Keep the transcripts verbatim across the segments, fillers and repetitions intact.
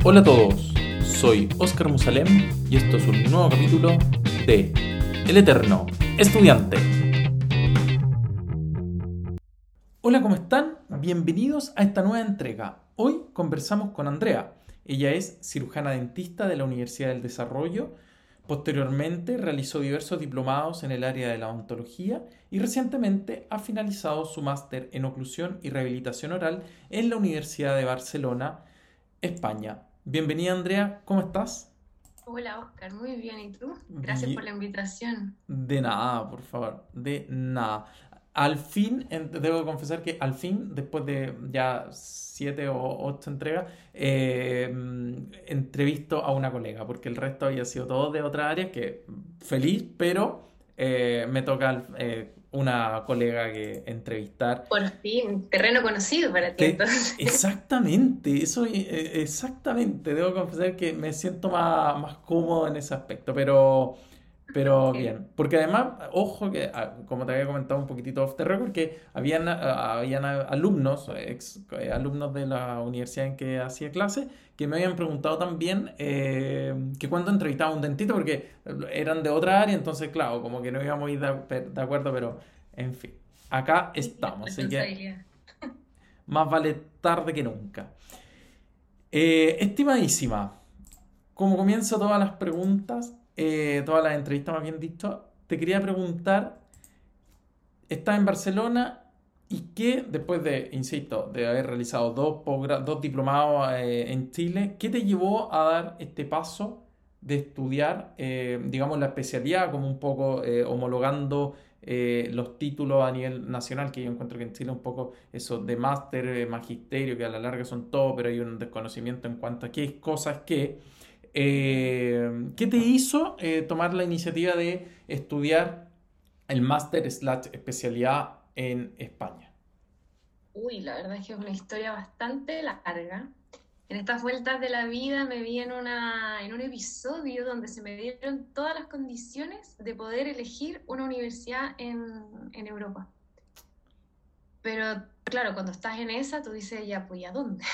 Hola a todos, soy Óscar Musalem y esto es un nuevo capítulo de El Eterno Estudiante. Hola, ¿cómo están? Bienvenidos a esta nueva entrega. Hoy conversamos con Andrea. Ella es cirujana dentista de la Universidad del Desarrollo. Posteriormente realizó diversos diplomados en el área de la odontología y recientemente ha finalizado su máster en oclusión y rehabilitación oral en la Universidad de Barcelona, España. Bienvenida, Andrea, ¿cómo estás? Hola Oscar, muy bien. ¿Y tú? Gracias por Bien. la invitación. De nada, por favor, de nada. Al fin, en- debo confesar que al fin, después de ya siete o ocho entregas, eh, mm, entrevisto a una colega, porque el resto había sido todo de otra área, que feliz, pero eh, me toca eh, una colega que entrevistar. Por fin, terreno conocido para ti Te- entonces. exactamente, eso eh, exactamente. Debo confesar que me siento más, más cómodo en ese aspecto, pero, pero Ok. bien. Porque además, ojo que, ah, como te había comentado un poquitito off the record, que habían, ah, habían ah, alumnos, ex eh, alumnos de la universidad en que hacía clase, que me habían preguntado también eh, que cuando entrevistaba a un dentista, porque eran de otra área, entonces, claro, como que no íbamos a ir de, de acuerdo, pero en fin, acá Sí, la estamos, así que responsabilidad. más vale tarde que nunca. Eh, estimadísima, como comienzo todas las preguntas, eh, todas las entrevistas más bien dicho, te quería preguntar, estás en Barcelona y qué, después de, insisto, de haber realizado dos, posgra- dos diplomados eh, en Chile, ¿qué te llevó a dar este paso de estudiar, eh, digamos, la especialidad, como un poco eh, homologando eh, los títulos a nivel nacional, que yo encuentro que en Chile un poco eso de máster, eh, magisterio, que a la larga son todo, pero hay un desconocimiento en cuanto a qué cosas qué. Eh, ¿qué te hizo eh, tomar la iniciativa de estudiar el máster slash especialidad en España? Uy, la verdad es que es una historia bastante larga. En estas vueltas de la vida me vi en una, en un episodio donde se me dieron todas las condiciones de poder elegir una universidad en, en Europa. Pero claro, cuando estás en esa, tú dices, ya, pues, ¿y a dónde?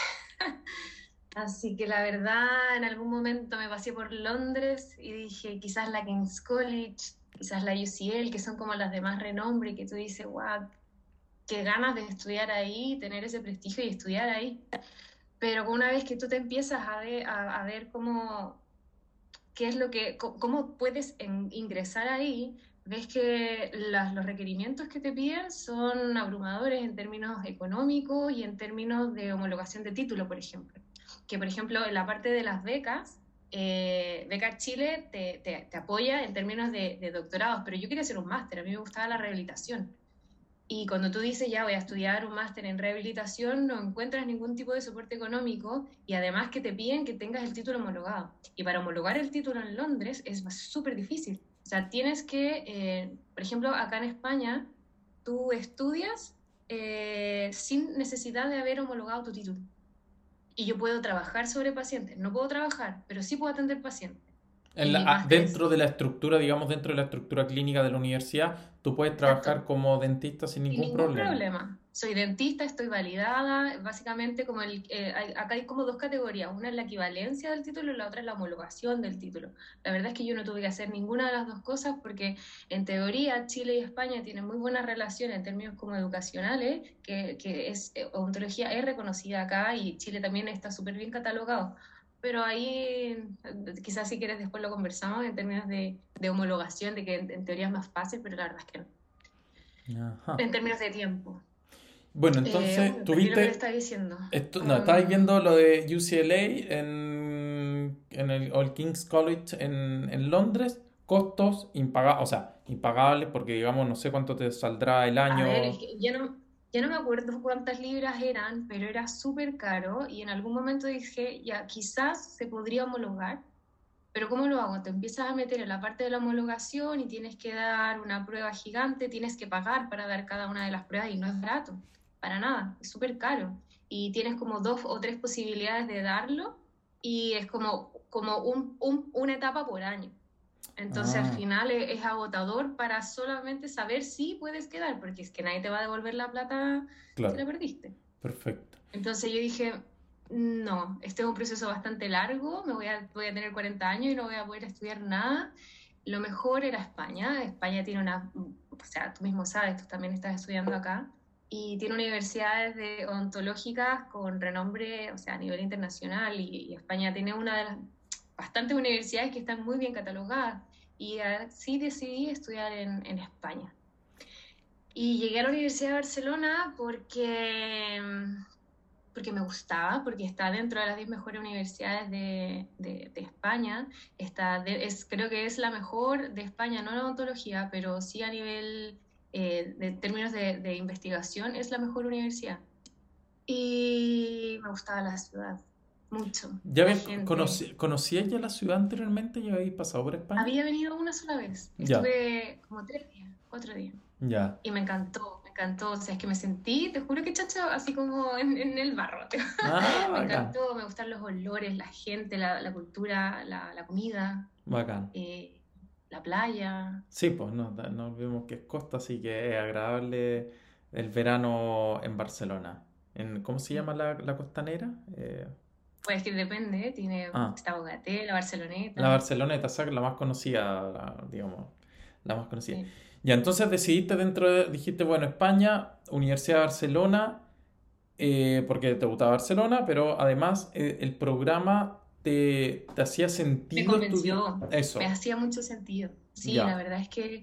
Así que la verdad, en algún momento me pasé por Londres y dije, quizás la King's College, quizás la U C L, que son como las de más renombre, y que tú dices, wow, qué ganas de estudiar ahí, tener ese prestigio y estudiar ahí. Pero una vez que tú te empiezas a ver, a, a ver cómo, qué es lo que, cómo puedes en, ingresar ahí, ves que las, los requerimientos que te piden son abrumadores en términos económicos y en términos de homologación de título, por ejemplo. Que, por ejemplo, en la parte de las becas, eh, Beca Chile te, te, te, apoya en términos de, de doctorados, pero yo quería hacer un máster, a mí me gustaba la rehabilitación. Y cuando tú dices, ya voy a estudiar un máster en rehabilitación, no encuentras ningún tipo de soporte económico y además que te piden que tengas el título homologado. Y para homologar el título en Londres es súper difícil. O sea, tienes que, eh, por ejemplo, acá en España, tú estudias eh, sin necesidad de haber homologado tu título. Y yo puedo trabajar sobre pacientes. No puedo trabajar, pero sí puedo atender pacientes. En Y la- mi ah, máster es dentro de la estructura, digamos, dentro de la estructura clínica de la universidad, tú puedes trabajar exacto. como dentista sin Sin ningún ningún problema. problema. Soy dentista, estoy validada. Básicamente, como el, eh, hay- acá hay como dos categorías. Una es la equivalencia del título y la otra es la homologación del título. La verdad es que yo no tuve que hacer ninguna de las dos cosas porque, en teoría, Chile y España tienen muy buena relación en términos como educacionales, que, que es, eh, odontología es reconocida acá y Chile también está súper bien catalogado. Pero ahí, eh, quizás si quieres después lo conversamos en términos de, de homologación, de que en, en teoría es más fácil, pero la verdad es que no. Ajá. En términos de tiempo. Bueno, Eh, uy, entonces, me perdí lo que te tuviste, estaba diciendo. esto, no, estabais Um, viendo lo de U C L A en, en el, o el King's College en, en Londres, costos impagables, o sea, impagables porque digamos, no sé cuánto te saldrá el a ver, es año. que ya no, ya no me acuerdo cuántas libras eran, pero era súper caro y en algún momento dije, ya, quizás se podría homologar, pero ¿cómo lo hago? Te empiezas a meter en la parte de la homologación y tienes que dar una prueba gigante, tienes que pagar para dar cada una de las pruebas y no es barato, para nada, es súper caro. Y tienes como dos o tres posibilidades de darlo y es como, como un, un, una etapa por año. Entonces al Ah, final es, es agotador para solamente saber si puedes quedar, porque es que nadie te va a devolver la plata si claro, la perdiste. perfecto. Entonces yo dije, No, este es un proceso bastante largo, me voy a, voy a tener cuarenta años y no voy a poder estudiar nada. Lo mejor era España. España tiene una, o sea, tú mismo sabes, tú también estás estudiando acá, y tiene universidades de odontológicas con renombre, o sea, a nivel internacional, y, y España tiene una de las bastantes universidades que están muy bien catalogadas, y así decidí estudiar en, en España. Y llegué a la Universidad de Barcelona porque porque me gustaba, porque está dentro de las diez mejores universidades de, de, de España. Está de, es, creo que es la mejor de España, no en odontología, pero sí a nivel eh, de términos de, de investigación, es la mejor universidad. Y me gustaba la ciudad, mucho, ¿Ya la habías gente. conoci- conocías ya la ciudad anteriormente? ¿Ya habéis pasado por España? Había venido una sola vez, Ya, estuve como tres días, cuatro días. ya. Y me encantó, me encantó. O sea, es que me sentí, te juro que chacho, así como en, en el barro. Ah, Me bacán, encantó, me gustan los olores, la gente, la, la cultura, la, la comida, bacán. eh, la playa. Sí, pues no, da- no olvidemos que es costa, así que es agradable el verano en Barcelona. En, ¿cómo se llama la, la costanera? Eh, Pues que depende, tiene ah, esta Bogaté, la la Barceloneta. Barceloneta, esa que es la más conocida, la- digamos, la más conocida. Sí. Ya, entonces decidiste dentro de, dijiste, bueno, España, Universidad de Barcelona, eh, porque te gustaba Barcelona, pero además eh, el programa te, te hacía Me sentido estudiar convenció, me eso. hacía mucho sentido. Sí, la Ya, verdad es que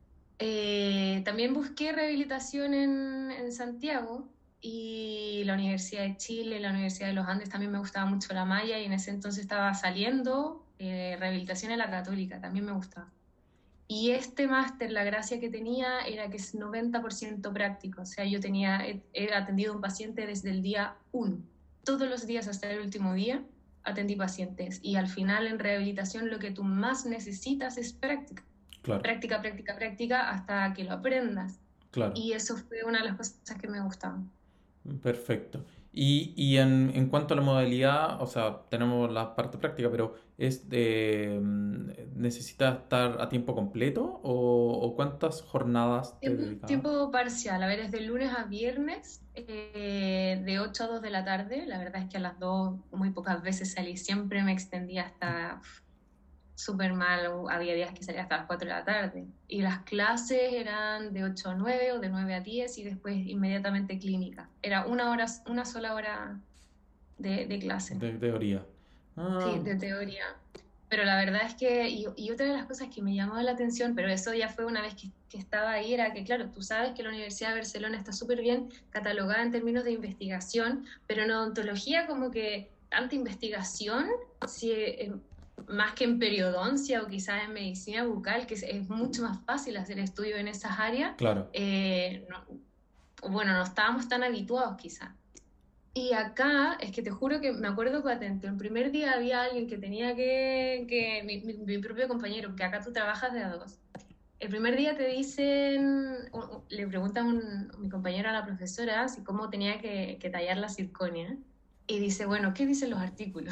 Eh, también busqué rehabilitación en, en Santiago, y la Universidad de Chile, la Universidad de los Andes, también me gustaba mucho la malla, y en ese entonces estaba saliendo eh, rehabilitación en la Católica, también me gustaba. Y este máster, la gracia que tenía era que es noventa por ciento práctico, o sea, yo tenía, he, he atendido a un paciente desde el día uno, todos los días hasta el último día atendí pacientes, y al final en rehabilitación lo que tú más necesitas es práctica, claro, práctica, práctica, práctica hasta que lo aprendas. claro. Y eso fue una de las cosas que me gustaban. Perfecto. Y, y en, en cuanto a la modalidad, o sea, tenemos la parte práctica, pero es de, mm, ¿necesitas estar a tiempo completo o, o cuántas jornadas te Tiempo, dedicabas? tiempo parcial, a ver, es de lunes a viernes, eh, de ocho a dos de la tarde. La verdad es que a las dos muy pocas veces salí, siempre me extendía hasta súper mal, había días que salía hasta las cuatro de la tarde. Y las clases eran de ocho a nueve o de nueve a diez, y después inmediatamente clínica. Era una hora, una sola hora de, de clase. De teoría. Sí, Ah, de teoría. Pero la verdad es que, y, y otra de las cosas que me llamó la atención, pero eso ya fue una vez que, que estaba ahí, era que, claro, tú sabes que la Universidad de Barcelona está súper bien catalogada en términos de investigación, pero en odontología como que tanta investigación, si, eh, más que en periodoncia o quizás en medicina bucal, que es, es mucho más fácil hacer estudio en esas áreas, claro. eh, no- bueno, no estábamos tan habituados quizás. Y acá, es que te juro que me acuerdo patente, el primer día había alguien que tenía que, que mi, mi- mi propio compañero, que acá tú trabajas de a dos. El primer día te dicen, u- u- le preguntan un- mi compañero a la profesora si cómo tenía que, que tallar la circonia, y dice, bueno, ¿qué dicen los artículos?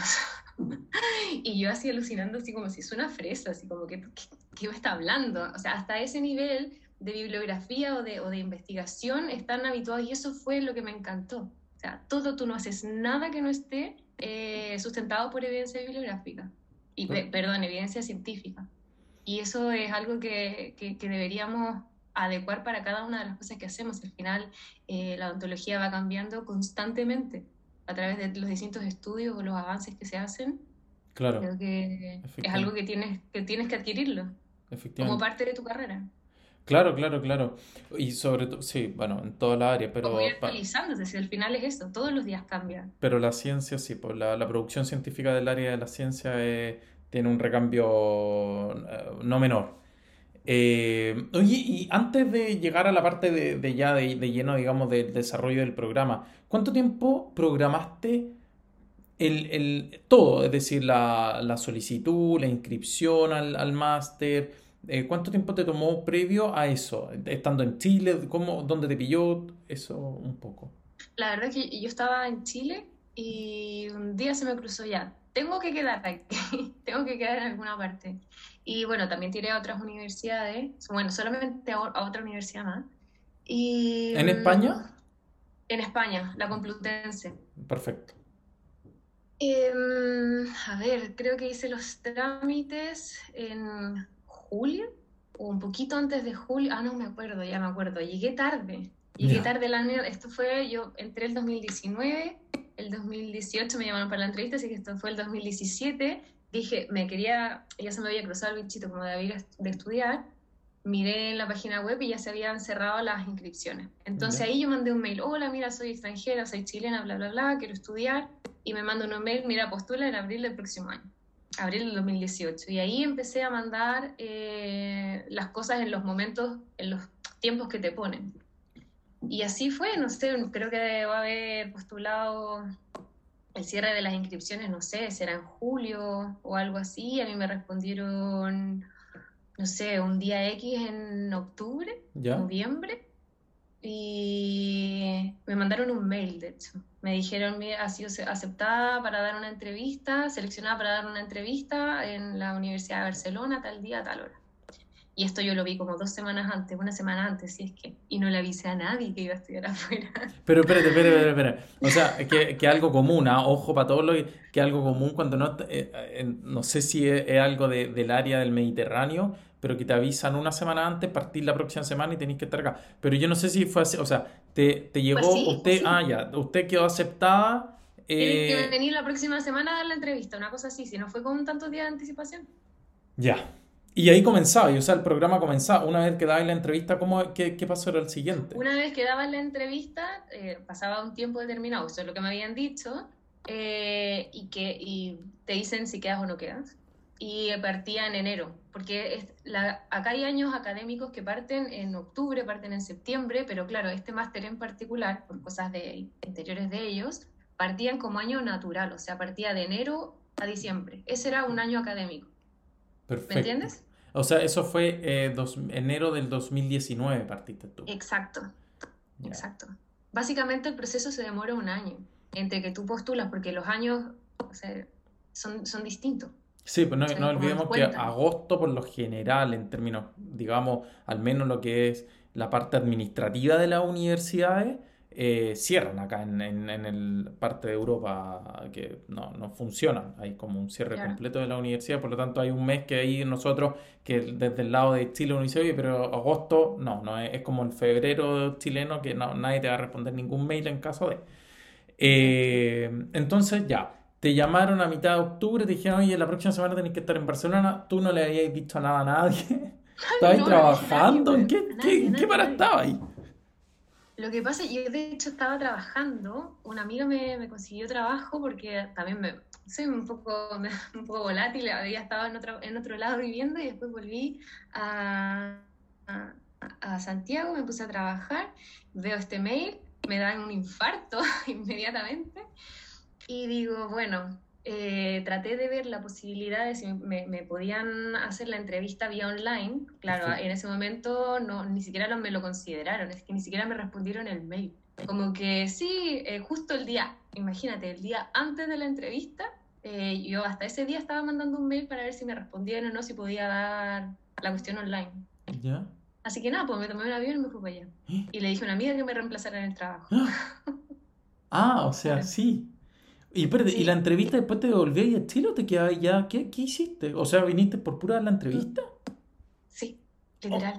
Y yo así alucinando, así como si suena fresa, así como que, ¿qué, qué me está hablando? O sea, hasta ese nivel de bibliografía o de, o de investigación están habituados, y eso fue lo que me encantó. O sea, todo, tú no haces nada que no esté eh, sustentado por evidencia bibliográfica, y Per- pe- perdón, evidencia científica. Y eso es algo que, que, que deberíamos adecuar para cada una de las cosas que hacemos. Al final, eh, la odontología va cambiando constantemente a través de los distintos estudios o los avances que se hacen. Claro, Creo que es algo efectivamente, que tienes que, tienes que adquirirlo como efectivamente. parte de tu carrera. Claro, claro, claro. Y sobre todo, sí, bueno, en toda la área, Como ir pero, pa- actualizándote, si al final es eso, todos los días cambia. pero la ciencia, sí, pues la, la producción científica del área de la ciencia eh, tiene un recambio eh, no menor. Eh, oye, y antes de llegar a la parte de, de ya de, de lleno, digamos, del desarrollo del programa, ¿cuánto tiempo programaste el, el- todo? Es decir, la, la solicitud, la inscripción al, al máster. Eh, ¿cuánto tiempo te tomó previo a eso? Estando en Chile, ¿cómo, dónde te pilló? Eso un poco. La verdad es que yo estaba en Chile y un día se me cruzó ya, tengo que quedar aquí, tengo que quedar en alguna parte. Y bueno, también tiré a otras universidades, bueno, solamente a, a otra universidad más. Y ¿En mm, España? en España, la Complutense. Perfecto. Em, a ver, creo que hice los trámites en julio o un poquito antes de julio. Ah, no me acuerdo, ya me acuerdo. Llegué tarde. Llegué Ya, tarde el año. Esto fue, yo entré el dos mil diecinueve, el dos mil dieciocho me llamaron para la entrevista, así que esto fue el dos mil diecisiete. Dije, me quería, ya se me había cruzado el bichito como de ir a est- de estudiar. Miré en la página web y ya se habían cerrado las inscripciones. Entonces ya, ahí yo mandé un mail, hola, mira, soy extranjera, soy chilena, bla, bla, bla, quiero estudiar. Y me mandó un mail, mira, postula en abril del próximo año, abril del dos mil dieciocho. Y ahí empecé a mandar eh, las cosas en los momentos, en los tiempos que te ponen. Y así fue, no sé, creo que va a haber postulado el cierre de las inscripciones, no sé, será en julio o algo así. A mí me respondieron, no sé, un día X en octubre, ya. noviembre, y me mandaron un mail, de hecho. Me dijeron, mira, ha sido aceptada para dar una entrevista, seleccionada para dar una entrevista en la Universidad de Barcelona, tal día, tal hora. Y esto yo lo vi como dos semanas antes, una semana antes, si es que, y no le avisé a nadie que iba a estudiar afuera. Pero espérate, espérate, espérate, espérate. O sea, que, que algo común, ¿ah? Ojo para todos los que algo común cuando no, eh, eh, no sé si es, es algo de- del área del Mediterráneo, pero que te avisan una semana antes, partir la próxima semana y tenéis que estar acá. Pero yo no sé si fue así, o sea, te, te Pues llegó, sí, pues usted, ah, sí. ya, usted quedó aceptada, Tienes que eh, venir la próxima semana a dar la entrevista, una cosa así, si no fue con tantos días de anticipación. ya. Y ahí comenzaba, y o sea, el programa comenzaba. Una vez que dabais la entrevista, ¿cómo, qué, qué pasó era el siguiente? Una vez que daban la entrevista, eh, pasaba un tiempo determinado, eso es lo que me habían dicho, eh, y que y te dicen si quedas o no quedas. Y partía en enero, porque es la, acá hay años académicos que parten en octubre, parten en septiembre, pero claro, este máster en particular, por cosas de, interiores de ellos, partían como año natural, o sea, partía de enero a diciembre. Ese era un año académico, ¿me Perfecto. entiendes? O sea, eso fue eh, dos- enero del dos mil diecinueve partiste tú. Exacto. Ya. Exacto. Básicamente el proceso se demora un año entre que tú postulas, porque los años, o sea, son, son distintos, Sí, pues no, no ¿cachai? Como nos olvidemos que cuentan. agosto, por lo general, en términos, digamos, al menos lo que es la parte administrativa de las universidades, eh, cierran acá en, en, en el parte de Europa que no, no funciona. Hay como un cierre Claro. completo de la universidad, por lo tanto hay un mes que ahí nosotros, que desde el lado de Chile uno dice, oye, pero agosto, no, no es, es como el febrero chileno que no, nadie te va a responder ningún mail en caso de... Exacto. Eh, entonces ya, te llamaron a mitad de octubre, te dijeron, oye, la próxima semana tenés que estar en Barcelona, tú no le habías dicho nada a nadie, estabas No, no le dije a nadie, trabajando, ¿en pues. qué, A qué, nadie, a en qué nadie, a para nadie. estabas ahí? Lo que pasa, yo de hecho estaba trabajando, una amiga me, me consiguió trabajo porque también me, soy un poco, me- un poco volátil, había estado en otro, en otro lado viviendo y después volví a, a, a Santiago, me puse a trabajar, veo este mail, me dan un infarto inmediatamente y digo, bueno, eh, traté de ver la posibilidad de si me, me podían hacer la entrevista vía online. Claro, Perfecto. en ese momento no, ni siquiera lo, me lo consideraron, es que ni siquiera me respondieron el mail. Como que sí, eh, justo el día, imagínate, el día antes de la entrevista, eh, yo hasta ese día estaba mandando un mail para ver si me respondían o no, si podía dar la cuestión online. ¿Ya? Así que nada, pues me tomé un avión y me fui para allá. Y le dije a una amiga que me reemplazara en el trabajo. ¡Ah! Ah, o sea, Claro. sí. Y espérate, ¿y la Sí, entrevista después te devolvías a Chile o te quedabas ya? ¿Qué, qué hiciste? O sea, ¿viniste por pura la entrevista? sí, Oh, literal.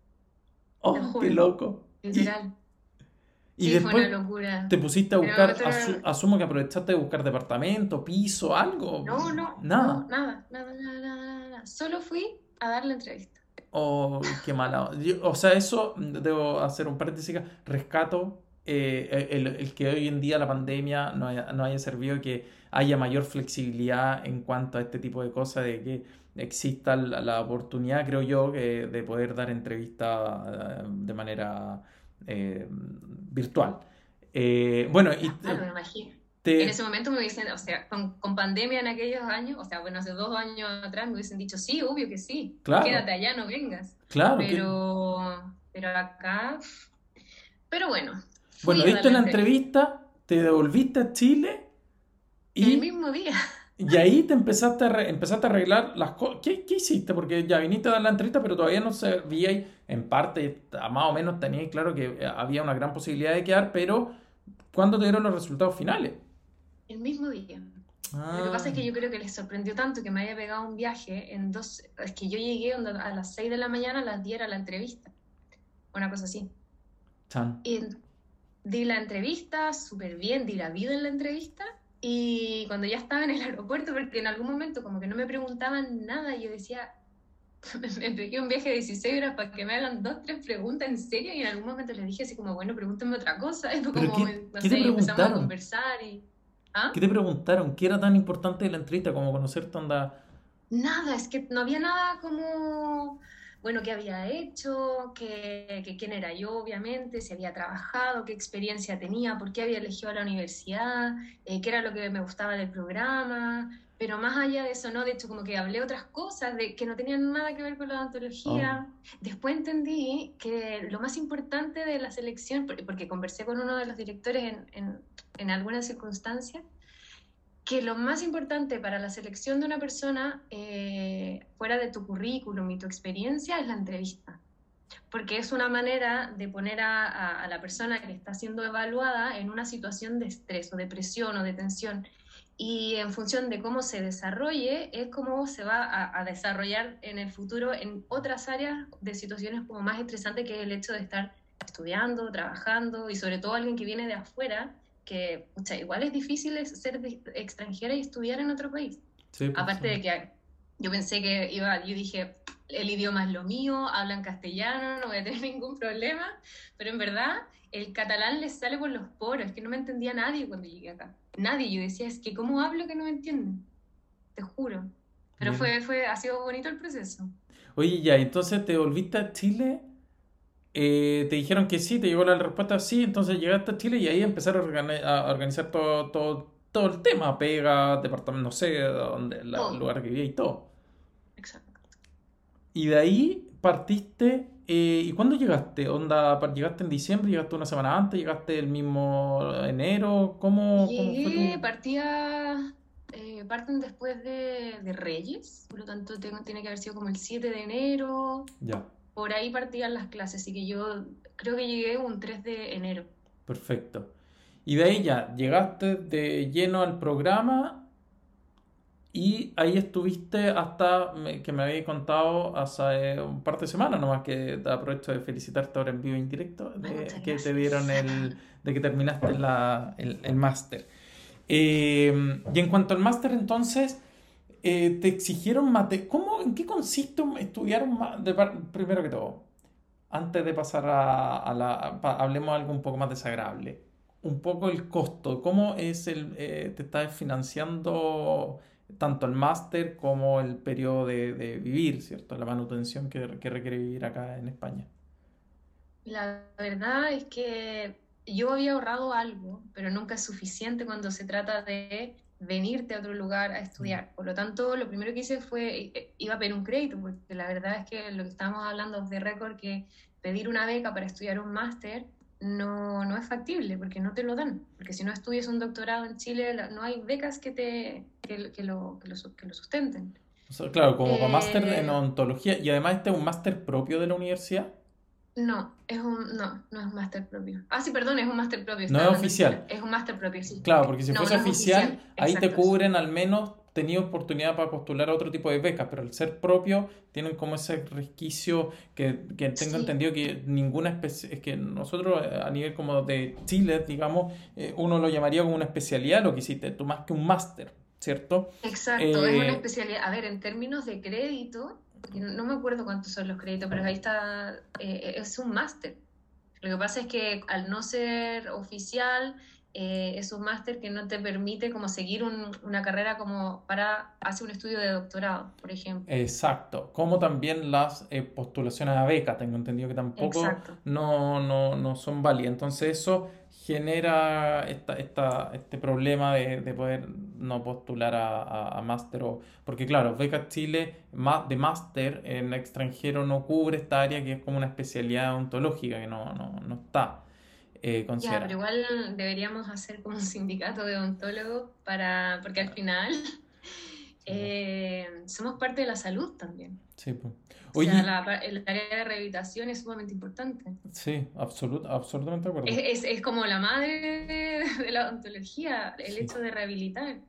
Te oh, qué juro, loco. Y, literal. y Sí, fue después una locura. te pusiste a Pero buscar, asu- otro- asumo que aprovechaste de buscar departamento, piso, algo, no, no, no, nada. nada, nada, nada, nada, nada. Solo fui a dar la entrevista. Oh, qué mala. Yo- o sea, eso mm, debo hacer un paréntesis acá. Rescato eh, el, el que hoy en día la pandemia no haya, no haya servido que haya mayor flexibilidad en cuanto a este tipo de cosas, de que exista la, la oportunidad, creo yo, que- de poder dar entrevistas eh, de manera eh, virtual. Eh, bueno, y te, Claro, me imagino. En ese te- momento me hubiesen, o sea, con, con pandemia en aquellos años, o sea, bueno, hace dos años atrás me hubiesen dicho, sí, obvio que sí, quédate claro, allá, no vengas. claro, que, Pero, pero acá, pero bueno, bueno, fui a dar diste la la entrevista. entrevista, te devolviste a Chile. El Y mismo día. Y ahí te empezaste a, re- empezaste a arreglar las cosas. ¿Qué, qué hiciste? Porque ya viniste a dar la entrevista, pero todavía no sabíais, en parte, a- más o menos teníais claro que eh, había una gran posibilidad de quedar, pero ¿cuándo te dieron los resultados finales? El mismo día. Lo que pasa Ah, es que yo creo que les sorprendió tanto que me haya pegado un viaje en dos... Es que yo llegué onda a las seis de la mañana, a las diez era la entrevista, una cosa así. chan. Y di la entrevista, súper bien, di la vida en la entrevista. Y cuando ya estaba en el aeropuerto, porque en algún momento como que no me preguntaban nada, yo decía, me pegué un viaje de dieciséis horas para que me hagan dos, tres preguntas en serio, y en algún momento les dije así como, bueno, pregúntenme otra cosa, y fue ¿Pero como, qué, no qué te sé, y empezamos a preguntaron? conversar y... ¿Qué ¿Ah? te preguntaron? ¿Qué era tan importante de la entrevista como conocerte onda? Nada, es que no había nada como, bueno, qué había hecho, qué, qué- quién era yo, obviamente, si había trabajado, qué experiencia tenía, por qué había elegido la universidad, eh, qué era lo que me gustaba del programa, pero más allá de eso, ¿no? De hecho, como que hablé otras cosas de, que no tenían nada que ver con la Oh, odontología. Después entendí que lo más importante de la selección, por- porque conversé con uno de los directores en, en en algunas circunstancias, que lo más importante para la selección de una persona, eh, fuera de tu currículum y tu experiencia, es la entrevista, porque es una manera de poner a, a, a la persona que está siendo evaluada en una situación de estrés o de presión o de tensión. Y en función de cómo se desarrolle, es cómo se va a, a desarrollar en el futuro en otras áreas de situaciones como más estresantes, que es el hecho de estar estudiando, trabajando, y sobre todo alguien que viene de afuera, que pucha, igual es difícil ser de, extranjera y estudiar en otro país. sí, pues sí. Aparte de que yo pensé que iba, yo dije, el idioma es lo mío, hablan castellano, no voy a tener ningún problema, pero en verdad el catalán les sale por los poros, es que no me entendía nadie cuando llegué acá. Nadie, yo decía, es que ¿cómo hablo que no me entienden? Te juro. Pero Mira. fue, fue, ha sido bonito el proceso. Oye, ya, entonces te volviste a Chile, eh, te dijeron que sí, te llegó la respuesta sí, entonces llegaste a Chile y ahí empezaron a, organi- a organizar todo, todo, todo el tema, pega, departamento, no sé, dónde, la- el Todo. lugar que vivía y todo. Exacto. Y de ahí partiste, eh, ¿y cuándo llegaste? Onda, pa- ¿llegaste en diciembre? ¿Llegaste una semana antes? ¿Llegaste el mismo enero? ¿Cómo, cómo fue Llegué, tu...? partía, eh, parten después de, de Reyes, por lo tanto tengo, tiene que haber sido como el siete de enero, Ya, por ahí partían las clases, así que yo creo que llegué un tres de enero. perfecto. Y de ahí ya, llegaste de lleno al programa y ahí estuviste hasta me- que me habéis contado hace un par de semanas nomás, que te aprovecho de felicitarte ahora en vivo e indirecto, Ay, de muchas que te gracias. dieron el, de que terminaste la, el, el máster. Eh, y en cuanto al máster, entonces, eh, te exigieron mate. ¿Cómo, en qué consiste un- estudiar un ma- de par- primero que todo? Antes de pasar a, a la, pa- hablemos de algo un poco más desagradable. Un poco el costo. ¿Cómo es el, eh, te estás financiando tanto el máster como el periodo de, de vivir, ¿cierto? La manutención que, que requiere vivir acá en España. La verdad es que yo había ahorrado algo, pero nunca es suficiente cuando se trata de venirte a otro lugar a Mm. estudiar. Por lo tanto, lo primero que hice fue, eh, iba a pedir un crédito, porque la verdad es que lo que estábamos hablando de récord, que pedir una beca para estudiar un máster no, no es factible, porque no te lo dan. Porque si no estudias un doctorado en Chile, la- no hay becas que, te, que, que lo, que lo, su- que lo sustenten. O sea, claro, como para máster en Eh, odontología y además este es un máster propio de la universidad. No, es un, no, no es un máster propio. Ah, sí, perdón, es un máster propio, No estaba es hablando mentira. oficial. Es un máster propio, sí. Claro, porque si No, fuese no es oficial, oficial, ahí te exacto, sí. cubren al menos, tenías oportunidad para postular a otro tipo de becas, pero al ser propio tienen como ese resquicio que, que tengo Sí, entendido que ninguna especie, es que nosotros eh, a nivel como de Chile, digamos, eh, uno lo llamaría como una especialidad lo que hiciste, tú más que un máster, ¿cierto? exacto, es una Eh, especialidad. A ver, en términos de crédito, porque no, no me acuerdo cuántos son los créditos, pero ahí está, eh, es un máster. Lo que pasa es que al no ser oficial, eh, es un máster que no te permite como seguir un- una carrera como para hacer un estudio de doctorado, por ejemplo. Exacto, como también las eh, postulaciones a beca, tengo entendido que tampoco Exacto. no, no, no son válidas. Entonces eso genera esta, esta, este problema de, de poder no postular a, a, a máster o... Porque claro, Beca Chile ma- de máster en extranjero no cubre esta área que es como una especialidad ontológica que no, no, no está eh, Ya, pero considerada. igual deberíamos hacer como un sindicato de odontólogos para, porque al final Sí, po. eh, somos parte de la salud también. Sí, po. O sea, Oye, la, pa- el área de rehabilitación es sumamente importante. sí, absolut, absolutamente de acuerdo. Es, es, es como la madre de, de la odontología, el Sí. hecho de rehabilitar.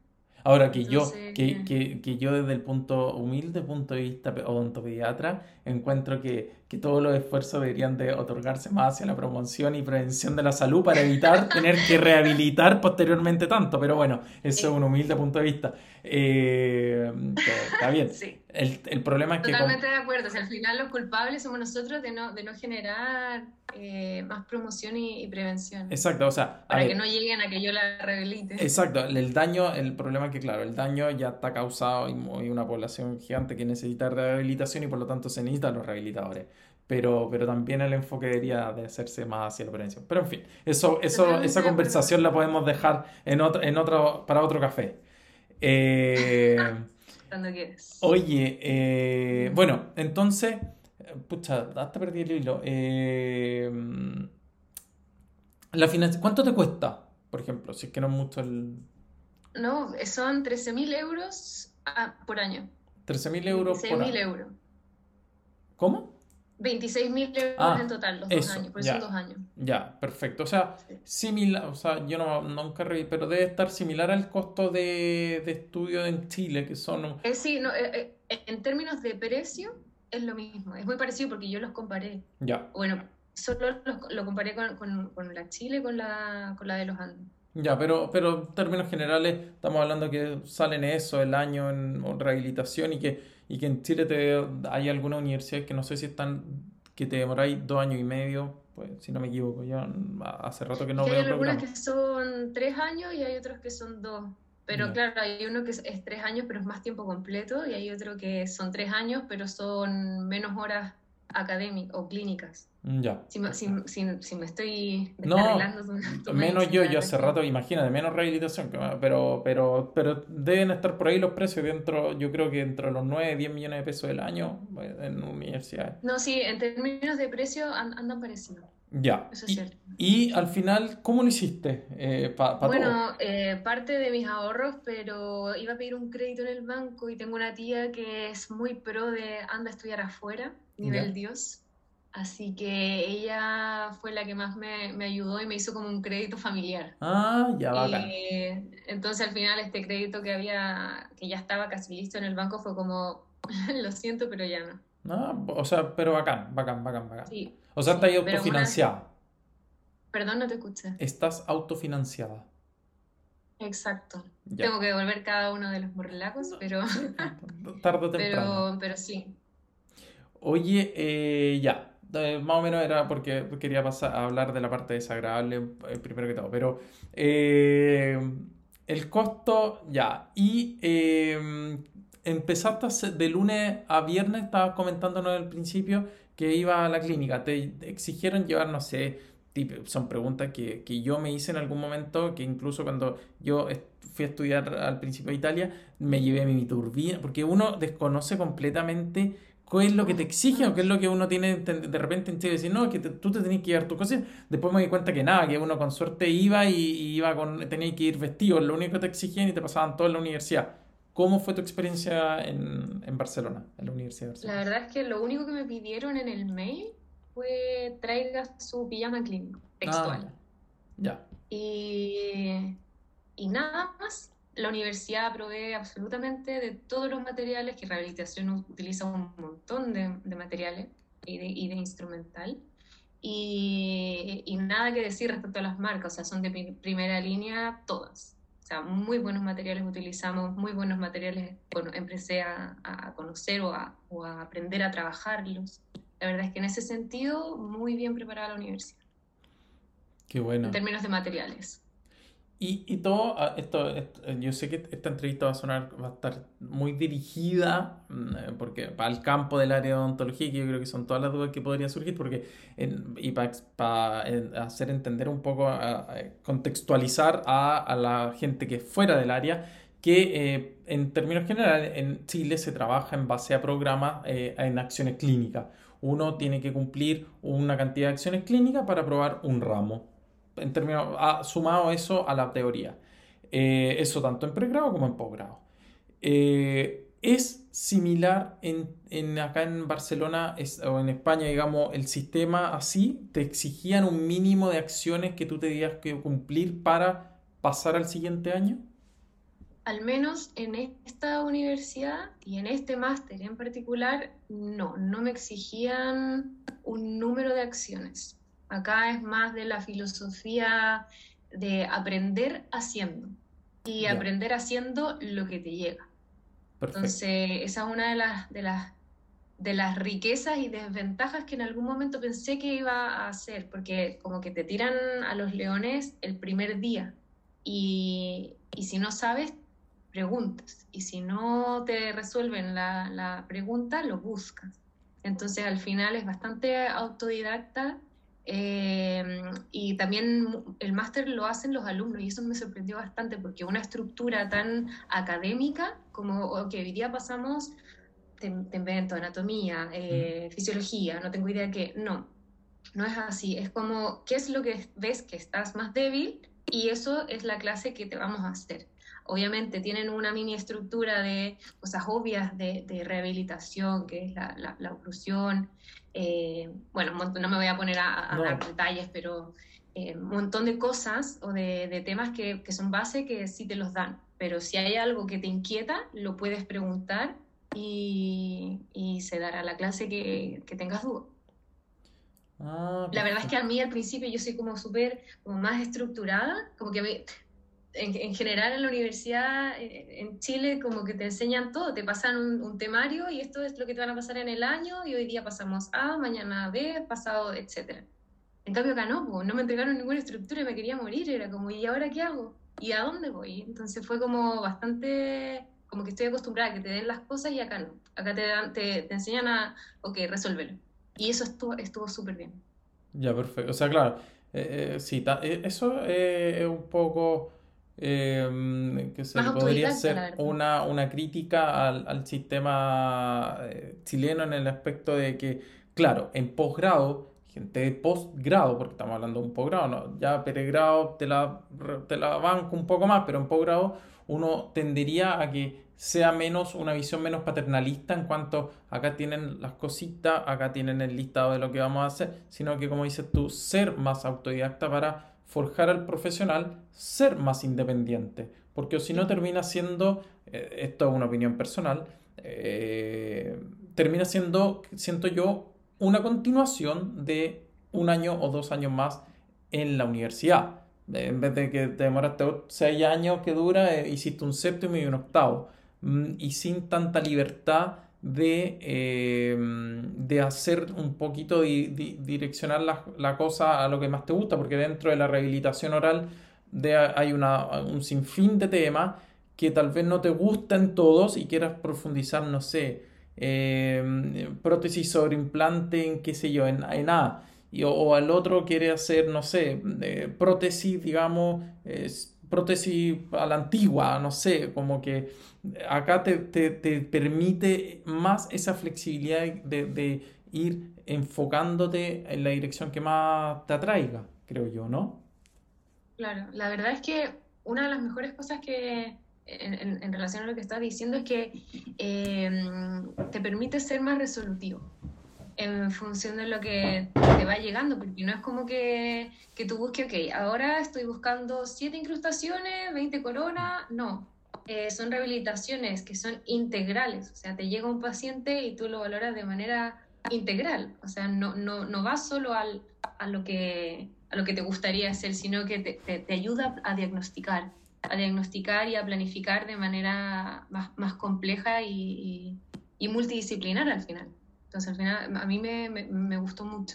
Ahora que yo, Entonces, que, que, que yo desde el punto humilde punto de vista pe- odontopediatra, encuentro que, que todos los esfuerzos deberían de otorgarse más hacia la promoción y prevención de la salud para evitar tener que rehabilitar posteriormente tanto. Pero bueno, eso es eh, un humilde punto de vista. Eh, que está bien. sí. El, el problema es que con- Totalmente de acuerdo. O sea, al final los culpables somos nosotros de no, de no generar eh, más promoción y, y prevención, Exacto, o sea, a para que ver, no lleguen a que yo la rehabilite. exacto, el daño, el problema es que, claro, el daño ya está causado y hay una población gigante que necesita rehabilitación y por lo tanto se necesitan los rehabilitadores. Pero, pero también el enfoque debería de hacerse más hacia la prevención. Pero en fin, eso, eso, Totalmente esa de acuerdo conversación la contigo. podemos dejar en otro, en otro, para otro café. Eh, Cuando quieres. oye, eh, bueno, entonces, eh, pucha, hasta perdí el hilo. Eh, la finan- ¿Cuánto te cuesta, por ejemplo, si es que no es mucho el... No, son trece mil euros a- por año. trece mil euros veintiséis por mil año. euros. ¿Cómo? veintiséis mil euros en Ah, total, los dos eso, años, porque son dos ya, años. ya, perfecto. O sea, Sí. similar, o sea, yo no, nunca reví, pero debe estar similar al costo de, de estudio en Chile, que son, Eh, sí, no, eh, eh, en términos de precio es lo mismo, es muy parecido porque yo los comparé. ya, Bueno, solo los- lo comparé con, con- con la Chile, con la, con la de los Andes. ya, pero, pero en términos generales estamos hablando que salen eso el año en rehabilitación y que, y que en Chile te, hay algunas universidades que no sé si están, que te demoráis dos años y medio, pues si no me equivoco, yo hace rato que Es no que hay veo algunas programas. que son tres años y hay otros que son dos. Pero Ya, claro, hay uno que es, es tres años, pero es más tiempo completo, y hay otro que son tres años, pero son menos horas académicas o clínicas. ya, Si, me- si, perfecto. si, si me estoy No, descarrilando, tú, tú me menos dices, yo, la yo verdad hace es que rato, imagínate, menos rehabilitación, que va- pero, pero, pero deben estar por ahí los precios dentro, yo creo que entre los nueve diez millones de pesos del año eh, en universidades. no, sí, en términos de precio an- andan parecidos, Ya, eso es y, cierto. y al final, ¿cómo lo hiciste? Para todo. Bueno, eh, parte de mis ahorros, pero iba a pedir un crédito en el banco y tengo una tía que es muy pro de anda a estudiar afuera, nivel Ya. Dios. Así que ella fue la que más me, me ayudó y me hizo como un crédito familiar. Ah, ya, bacán. Y entonces al final este crédito que había, que ya estaba casi listo en el banco fue como, lo siento, pero ya no. Ah, o sea, pero bacán, bacán, bacán, bacán. Sí, O sea, estás sí, pero una vez, autofinanciada. perdón, no te escuché. Estás autofinanciada. Exacto. Ya. Tengo que devolver cada uno de los morlacos, No, pero, sí, tarde o temprano. pero, pero sí. Oye, eh, ya, eh, más o menos era porque quería pasar a hablar de la parte desagradable eh, primero que todo, pero eh, el costo, ya, y eh, empezaste a hacer- de lunes a viernes, estabas comentándonos al principio que iba a la clínica, te exigieron llevar, no sé, tip- son preguntas que, que yo me hice en algún momento, que incluso cuando yo est- fui a estudiar al principio de Italia, me llevé mi turbina, porque uno desconoce completamente qué es lo que te Uf, exige o qué es mm. lo que uno tiene de de repente en Chile, decir, no, que te- tú te tenés que llevar tus cosas. Después me di cuenta que nada, que uno con suerte iba y, y iba con, tenía que ir vestido, lo único que te exigían y te pasaban todo en la universidad. ¿Cómo fue tu experiencia en, en Barcelona, en la Universidad de La Barcelona? verdad es que lo único que me pidieron en el mail fue traiga su pijama clínico, Ah, ya, textual. ya, Y, y nada más. La universidad provee absolutamente de todos los materiales, que rehabilitación utiliza un montón de, de materiales y de, y de instrumental. Y, y nada que decir respecto a las marcas, o sea, son de pri- primera línea todas. O sea, muy buenos materiales utilizamos, muy buenos materiales, bueno, empecé a, a conocer o a, o a aprender a trabajarlos. La verdad es que en ese sentido, muy bien preparada la universidad, qué en bueno. términos de materiales. Y, y todo, ah, esto, esto- eh, yo sé que esta entrevista va a sonar, va a estar muy dirigida, mm, eh, porque para el campo del área de odontología, que yo creo que son todas las dudas que podrían surgir, porque en- y para hacer entender un poco, a- a- contextualizar a, a la gente que es fuera del área, que eh, en términos generales en Chile se trabaja en base a programas eh, en acciones clínicas. Uno tiene que cumplir una cantidad de acciones clínicas para aprobar un ramo en términos, ha sumado eso a la teoría. Eh, eso tanto en pregrado como en posgrado. Eh, ¿es similar en, en acá en Barcelona es- o en España, digamos, el sistema así? ¿Te exigían un mínimo de acciones que tú tenías que cumplir para pasar al siguiente año? Al menos en esta universidad y en este máster en particular, no, no me exigían un número de acciones. Acá es más de la filosofía de aprender haciendo y Ya, aprender haciendo lo que te llega. perfecto. Entonces, esa es una de las, de las, de las riquezas y desventajas que en algún momento pensé que iba a hacer, porque como que te tiran a los leones el primer día y, y si no sabes, preguntas. Y si no te resuelven la, la pregunta, lo buscas. Entonces, al final es bastante autodidacta. eh, y también el máster lo hacen los alumnos y eso me sorprendió bastante porque una estructura tan académica como, ok, hoy día pasamos, te, te invento, anatomía, Mm. eh, fisiología, no tengo idea qué, no, no es así, es como, ¿qué es lo que ves que estás más débil? Y eso es la clase que te vamos a hacer. Obviamente tienen una mini estructura de cosas obvias de, de rehabilitación, que es la, la, la oclusión. Eh, bueno, no me voy a poner a, a dar No, detalles, pero eh, un montón de cosas o de, de temas que, que, son base que sí te los dan. Pero si hay algo que te inquieta, lo puedes preguntar y, y se dará la clase que, que tengas duda. ah, La verdad es que a perfecto. mí al principio yo soy como súper, como más estructurada, como que me, en, en, general en la universidad eh, en Chile como que te enseñan todo, te pasan un, un, temario y esto es lo que te van a pasar en el año y hoy día pasamos A, mañana B, pasado, etcétera. En cambio acá no, pues, no me entregaron ninguna estructura y me quería morir, era como, ¿y ahora qué hago? ¿Y a dónde voy? Entonces fue como bastante, como que estoy acostumbrada a que te den las cosas y acá no. Acá te, dan, te, te enseñan a, ok, resuélvelo. Y eso estuvo estuvo súper bien. Ya, perfecto. O sea, claro, eh, eh, sí, ta- eh, eso eh, es un poco eh, mm, que se Más le podría autodidacta, la hacer verdad. una, una crítica al, al sistema eh, chileno en el aspecto de que, claro, en posgrado, gente de posgrado, porque estamos hablando de un posgrado, ¿no? Ya pregrado te la, te la banco un poco más, pero en posgrado uno tendería a que sea menos, una visión menos paternalista en cuanto acá tienen las cositas, acá tienen el listado de lo que vamos a hacer, sino que como dices tú, ser más autodidacta para forjar al profesional, ser más independiente, porque si no Sí. termina siendo, eh, esto es una opinión personal, eh, termina siendo, siento yo, una continuación de un año o dos años más en la universidad. En vez de que te demoraste seis años que dura, eh, hiciste un séptimo y un octavo. Mm, y sin tanta libertad de, eh, de hacer un poquito, di- di- direccionar la, la cosa a lo que más te gusta, porque dentro de la rehabilitación oral de, hay una, un sinfín de temas que tal vez no te gusten todos y quieras profundizar, no sé, eh, prótesis sobre implante en qué sé yo, en, en A. Y, o, o al otro quiere hacer, no sé, eh, prótesis, digamos, es prótesis a la antigua, no sé, como que acá te, te, te permite más esa flexibilidad de, de ir enfocándote en la dirección que más te atraiga, creo yo, ¿no? Claro, la verdad es que una de las mejores cosas que en, en- en relación a lo que estás diciendo es que eh, te permite ser más resolutivo en función de lo que te va llegando, porque no es como que, que tú busques, ok, ahora estoy buscando siete incrustaciones, veinte coronas, no. Eh, son rehabilitaciones que son integrales, o sea, te llega un paciente y tú lo valoras de manera integral, o sea, no, no, no vas solo al, a, lo que, a lo que te gustaría hacer, sino que te, te, te ayuda a diagnosticar, a diagnosticar y a planificar de manera más, más compleja y, y, y multidisciplinar al final. Entonces, al final, a mí me, me, me gustó mucho.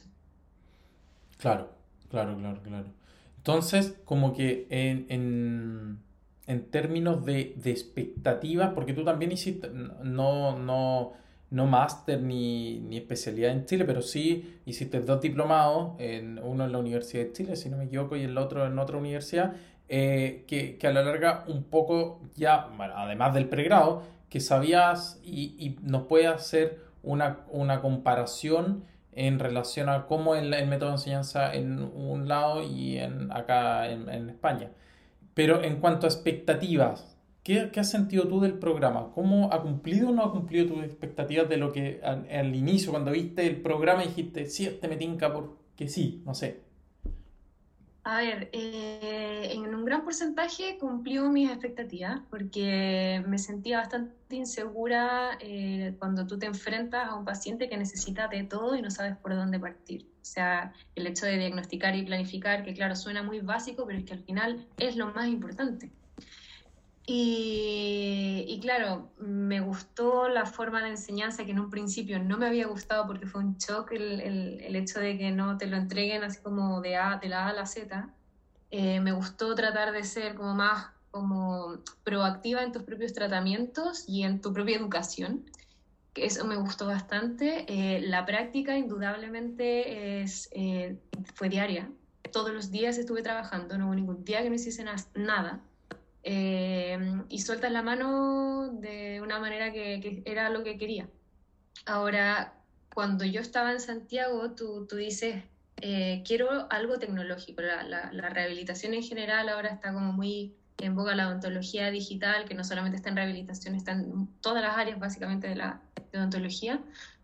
Claro, claro, claro, claro. Entonces, como que en, en, en términos de, de expectativas, porque tú también hiciste, no, no, no máster ni, ni especialidad en Chile, pero sí hiciste dos diplomados, en, uno en la Universidad de Chile, si no me equivoco, y el otro en otra universidad, eh, que, que a la larga un poco ya, bueno, además del pregrado, que sabías y, y nos puede hacer una, una comparación en relación a cómo es el método de enseñanza en un lado y en, acá en, en España. Pero en cuanto a expectativas, ¿qué, qué has sentido tú del programa? ¿Cómo ha cumplido o no ha cumplido tus expectativas de lo que al, al inicio, cuando viste el programa, dijiste, sí, este me tinca porque sí, no sé? A ver, eh, en un gran porcentaje cumplió mis expectativas porque me sentía bastante insegura eh, cuando tú te enfrentas a un paciente que necesita de todo y no sabes por dónde partir. O sea, el hecho de diagnosticar y planificar, que claro, suena muy básico, pero es que al final es lo más importante. Y, y claro, me gustó la forma de enseñanza que en un principio no me había gustado porque fue un shock el, el, el hecho de que no te lo entreguen así como de, a, de la A a la Z. Eh, me gustó tratar de ser como más como proactiva en tus propios tratamientos y en tu propia educación, que eso me gustó bastante. Eh, la práctica indudablemente es, eh, fue diaria. Todos los días estuve trabajando, no hubo ningún día que no hiciese nada. Eh, y sueltas la mano de una manera que, que era lo que quería. Ahora, cuando yo estaba en Santiago, tú, tú dices, eh, quiero algo tecnológico. La, la, la rehabilitación en general ahora está como muy en boga la odontología digital, que no solamente está en rehabilitación, está en todas las áreas básicamente de la de odontología,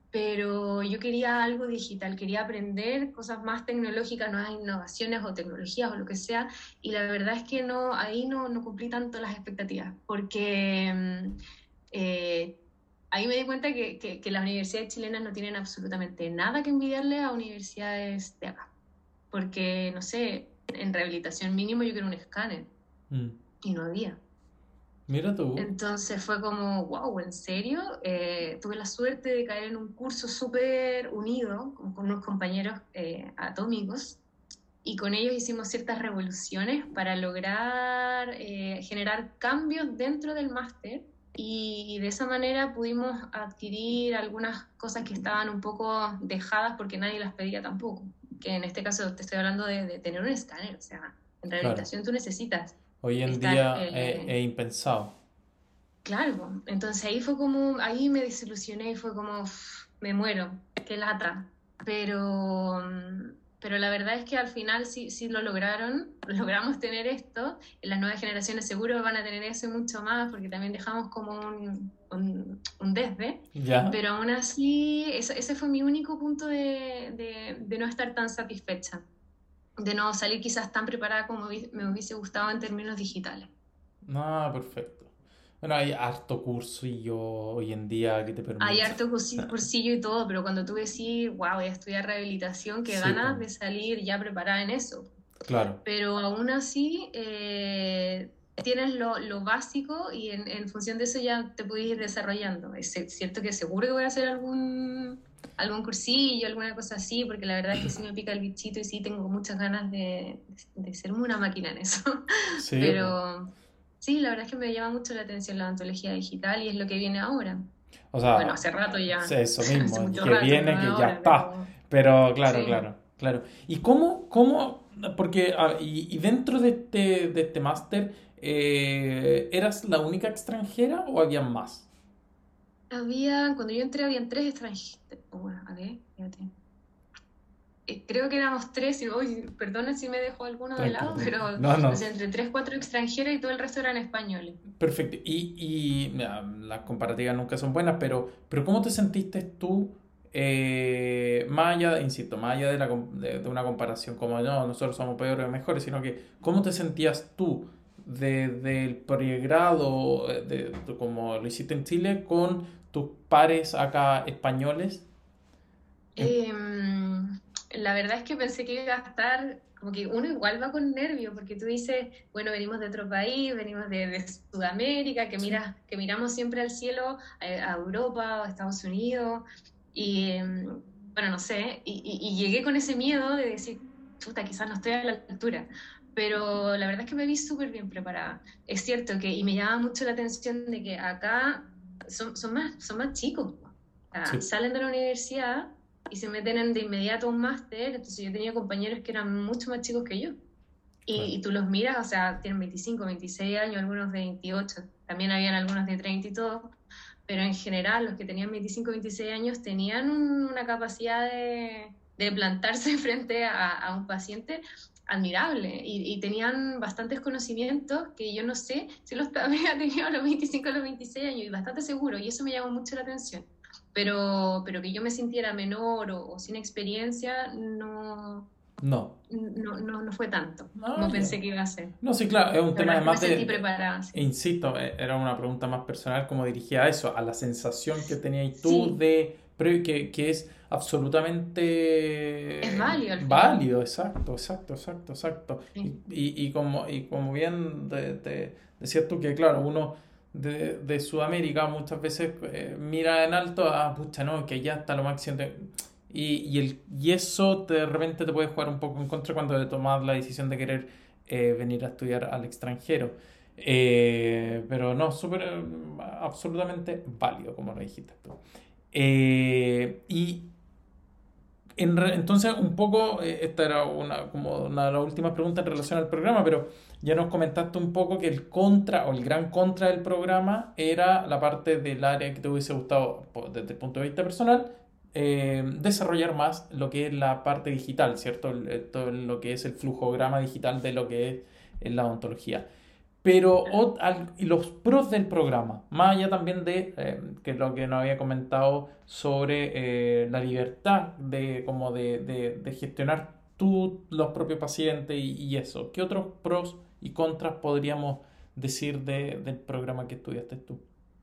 pero yo quería algo digital, quería aprender cosas más tecnológicas, nuevas innovaciones o tecnologías o lo que sea, y la verdad es que no, ahí no, no cumplí tanto las expectativas, porque mm, eh, ahí me di cuenta que, que, que las universidades chilenas no tienen absolutamente nada que envidiarle a universidades de acá, porque, no sé, en rehabilitación mínimo yo quiero un escáner, Mm. y no había. Mira tú. Entonces fue como, wow, ¿en serio? Eh, tuve la suerte de caer en un curso súper unido con, con unos compañeros eh, atómicos y con ellos hicimos ciertas revoluciones para lograr eh, generar cambios dentro del máster y, y de esa manera pudimos adquirir algunas cosas que estaban un poco dejadas porque nadie las pedía tampoco. Que en este caso te estoy hablando de, de tener un escáner, o sea, en Claro. rehabilitación tú necesitas Hoy en estar día es, eh, es impensado. claro, po. Entonces ahí fue como, ahí me desilusioné y fue como, "Uf, me muero, qué lata". Pero, mm, pero la verdad es que al final sí, sí lo lograron, logramos tener esto, y las nuevas generaciones seguro van a tener eso y mucho más, porque también dejamos como un, un, un desde, ¿Ya? pero aún así, ese, ese fue mi único punto de, de, de no estar tan satisfecha, de no salir quizás tan preparada como vi- me hubiese gustado en términos digitales. No, perfecto. Bueno, hay harto curso y yo hoy en día que te Hay permite. harto cursi- cursillo y todo, pero cuando tú decís, wow, voy a estudiar rehabilitación, qué Sí, pues, ganas de salir ya preparada en eso. claro. Pero aún así, eh, tienes lo, lo básico y en, en función de eso ya te puedes ir desarrollando. Es cierto que seguro que voy a hacer algún, algún cursillo, alguna cosa así, porque la verdad es que sí me pica el bichito y sí tengo muchas ganas de, de ser una máquina en eso. Sí, pues. Pero sí, la verdad es que me llama mucho la atención la ontología digital y es lo que viene ahora. O Bueno, sea, hace rato es ya, eso hace mismo, mucho que rato, viene, no que ya ahora, está. pero Pero claro, sí. claro, claro. ¿Y cómo, cómo, porque, ah, y, y dentro de este, de este máster, eh, ¿eras la única extranjera o había más? Había, cuando yo entré, habían tres extranjeros. Bueno, a ver, fíjate. Eh, creo que éramos tres, y hoy, perdona si me dejo alguno de Tranquilo, lado, tranquilo. pero No, o no. sea, entre tres, cuatro extranjeros y todo el resto eran españoles. Perfecto. Y, y mira, las comparativas nunca son buenas, pero, pero ¿cómo te sentiste tú, eh, más allá, insisto, más allá de, la, com- de, de una comparación como no, nosotros somos peores o mejores, sino que ¿cómo te sentías tú desde el pregrado, eh, de, de- como lo hiciste en Chile, con tus pares acá españoles? En- Eh, la verdad es que pensé que iba a estar, como que uno igual va con nervio, porque tú dices, bueno, venimos de otro país, venimos de, de Sudamérica, que, sí, mira, que miramos siempre al cielo, a, a Europa o a Estados Unidos, y eh, bueno, no sé, y, y- y llegué con ese miedo de decir, chuta, quizás no estoy a la altura. Pero la verdad es que me vi súper bien preparada. Es cierto que, y me llama mucho la atención de que acá son, son más, son más chicos. O sea, sí, salen de la universidad y se meten en de inmediato a un máster. Entonces yo tenía compañeros que eran mucho más chicos que yo. claro, Y, y tú los miras, o sea, tienen veinticinco, veintiséis años, algunos de veintiocho, también habían algunos de treinta y todo, pero en general los que tenían veinticinco, veintiséis años tenían un- una capacidad de, de plantarse frente a, a un paciente admirable y, y tenían bastantes conocimientos que yo no sé si los habría tenido a los veinticinco, a los veintiséis años y bastante seguro y eso me llamó mucho la atención. Pero, pero que yo me sintiera menor o, o sin experiencia, no, No. no, no, no fue tanto Ah, como ya. pensé que iba a ser. No, sí, claro, es un La tema verdad es que me además sentí de, preparada, sí. e insisto, e- era una pregunta más personal como dirigida a eso, a la sensación que tenías tú Sí, de, pero que, que es es absolutamente válido al final. válido, exacto, exacto, exacto, exacto. Y, Sí, y, y como, y como bien de, de- decías tú que, claro, uno de, de Sudamérica muchas veces eh, mira en alto, ah, pucha, no, que ya está lo máximo. de- Y, y, el, y eso te- de repente te puede jugar un poco en contra cuando te tomas la decisión de querer eh, venir a estudiar al extranjero. Eh, pero no, súper, eh, absolutamente válido, como lo dijiste tú. Eh, y en re- entonces, un poco, eh, esta era una, como una de las últimas preguntas en relación al programa, pero ya nos comentaste un poco que el contra o el gran contra del programa era la parte del área que te hubiese gustado, po- desde el punto de vista personal, eh, desarrollar más lo que es la parte digital, ¿cierto? El- el- todo lo que es el flujograma digital de lo que es, eh, la odontología. Pero claro. ot- al- y los pros del programa, más allá también de eh, que lo que nos había comentado sobre eh, la libertad de, como de, de- de gestionar tú los propios pacientes y, y eso. ¿Qué otros pros y contras podríamos decir de- del programa que estudiaste tú?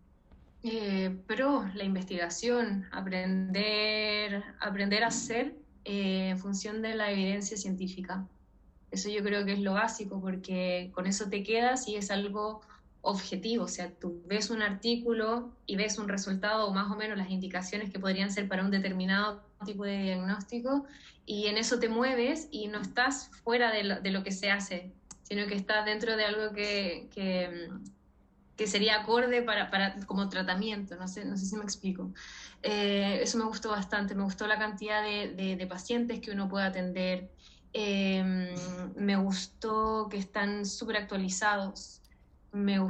Eh, pero la investigación, aprender, aprender a hacer eh, en función de la evidencia científica. Eso yo creo que es lo básico, porque con eso te quedas y es algo objetivo. O sea, tú ves un artículo y ves un resultado o más o menos las indicaciones que podrían ser para un determinado tipo de diagnóstico y en eso te mueves y no estás fuera de lo, de lo que se hace, sino que estás dentro de algo que, que, que sería acorde para, para, como tratamiento. No sé, no sé si me explico. Eh, eso me gustó bastante, me gustó la cantidad de, de, de pacientes que uno puede atender. Eh, me gustó que están súper actualizados. Me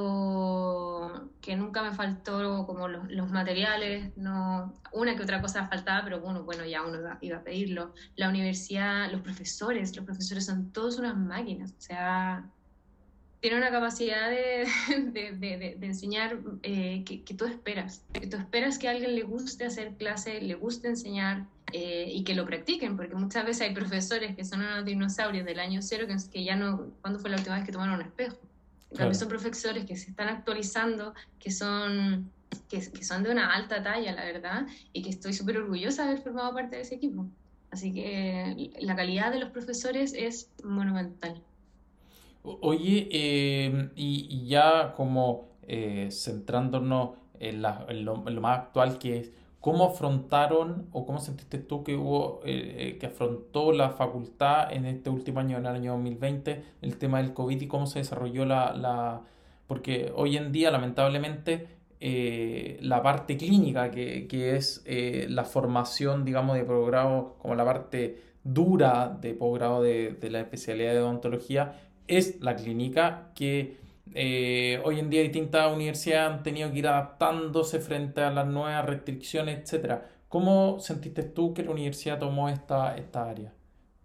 gustó que nunca me faltó como los, los, materiales, no, una que otra cosa faltaba, pero bueno, bueno, ya uno iba, iba a pedirlo. La universidad, los profesores, los profesores son todos unas máquinas, o sea, tiene una capacidad de, de, de, de, de enseñar eh, que, que, tú esperas, que tú esperas que a alguien le guste hacer clase, le guste enseñar eh, y que lo practiquen, porque muchas veces hay profesores que son unos dinosaurios del año cero que, que ya no, ¿cuándo fue la última vez que tomaron un espejo? En cambio Claro. son profesores que se están actualizando, que son, que, que son de una alta talla, la verdad, y que estoy súper orgullosa de haber formado parte de ese equipo. Así que la calidad de los profesores es monumental. O- Oye, eh, y, y ya como eh, centrándonos en, la- en lo, en lo más actual que es, ¿cómo afrontaron o cómo sentiste tú que hubo, eh, eh, que afrontó la facultad en este último año, en el año dos mil veinte, el tema del COVID y cómo se desarrolló la, la... Porque hoy en día, lamentablemente, eh, la parte clínica, que, que es eh, la formación, digamos, de posgrado, como la parte dura de posgrado de, de la especialidad de odontología, es la clínica que eh, hoy en día distintas universidades han tenido que ir adaptándose frente a las nuevas restricciones, etcétera. ¿Cómo sentiste tú que la universidad tomó esta, esta área?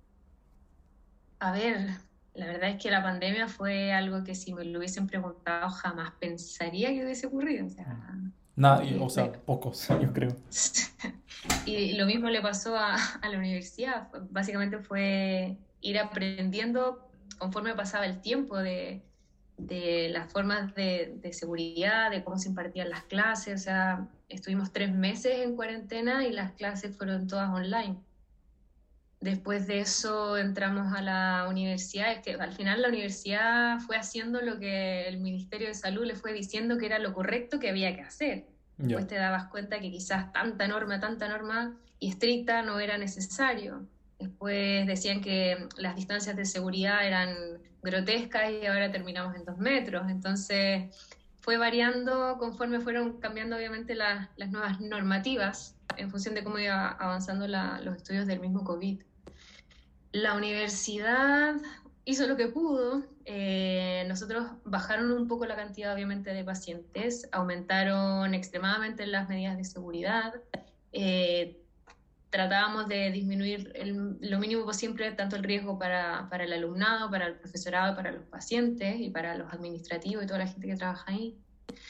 A ver, la verdad es que la pandemia fue algo que si me lo hubiesen preguntado jamás pensaría que hubiese ocurrido. O sea, Nadie, o me- sea, me- pocos, yo creo. y lo mismo le pasó a, a la universidad. Básicamente fue ir aprendiendo conforme pasaba el tiempo de, de las formas de, de seguridad, de cómo se impartían las clases. O sea, estuvimos tres meses en cuarentena y las clases fueron todas online. Después de eso entramos a la universidad. Es que al final la universidad fue haciendo lo que el Ministerio de Salud le fue diciendo que era lo correcto que había que hacer. Ya, Después te dabas cuenta que quizás tanta norma, tanta norma y estricta no era necesario. Después decían que las distancias de seguridad eran grotescas y ahora terminamos en dos metros. Entonces fue variando conforme fueron cambiando obviamente la, las nuevas normativas en función de cómo iba avanzando la, los estudios del mismo COVID. La universidad hizo lo que pudo. Eh, nosotros bajaron un poco la cantidad, obviamente, de pacientes, aumentaron extremadamente las medidas de seguridad. Eh, Tratábamos de disminuir el, lo mínimo posible tanto el riesgo para, para el alumnado, para el profesorado, para los pacientes y para los administrativos y toda la gente que trabaja ahí.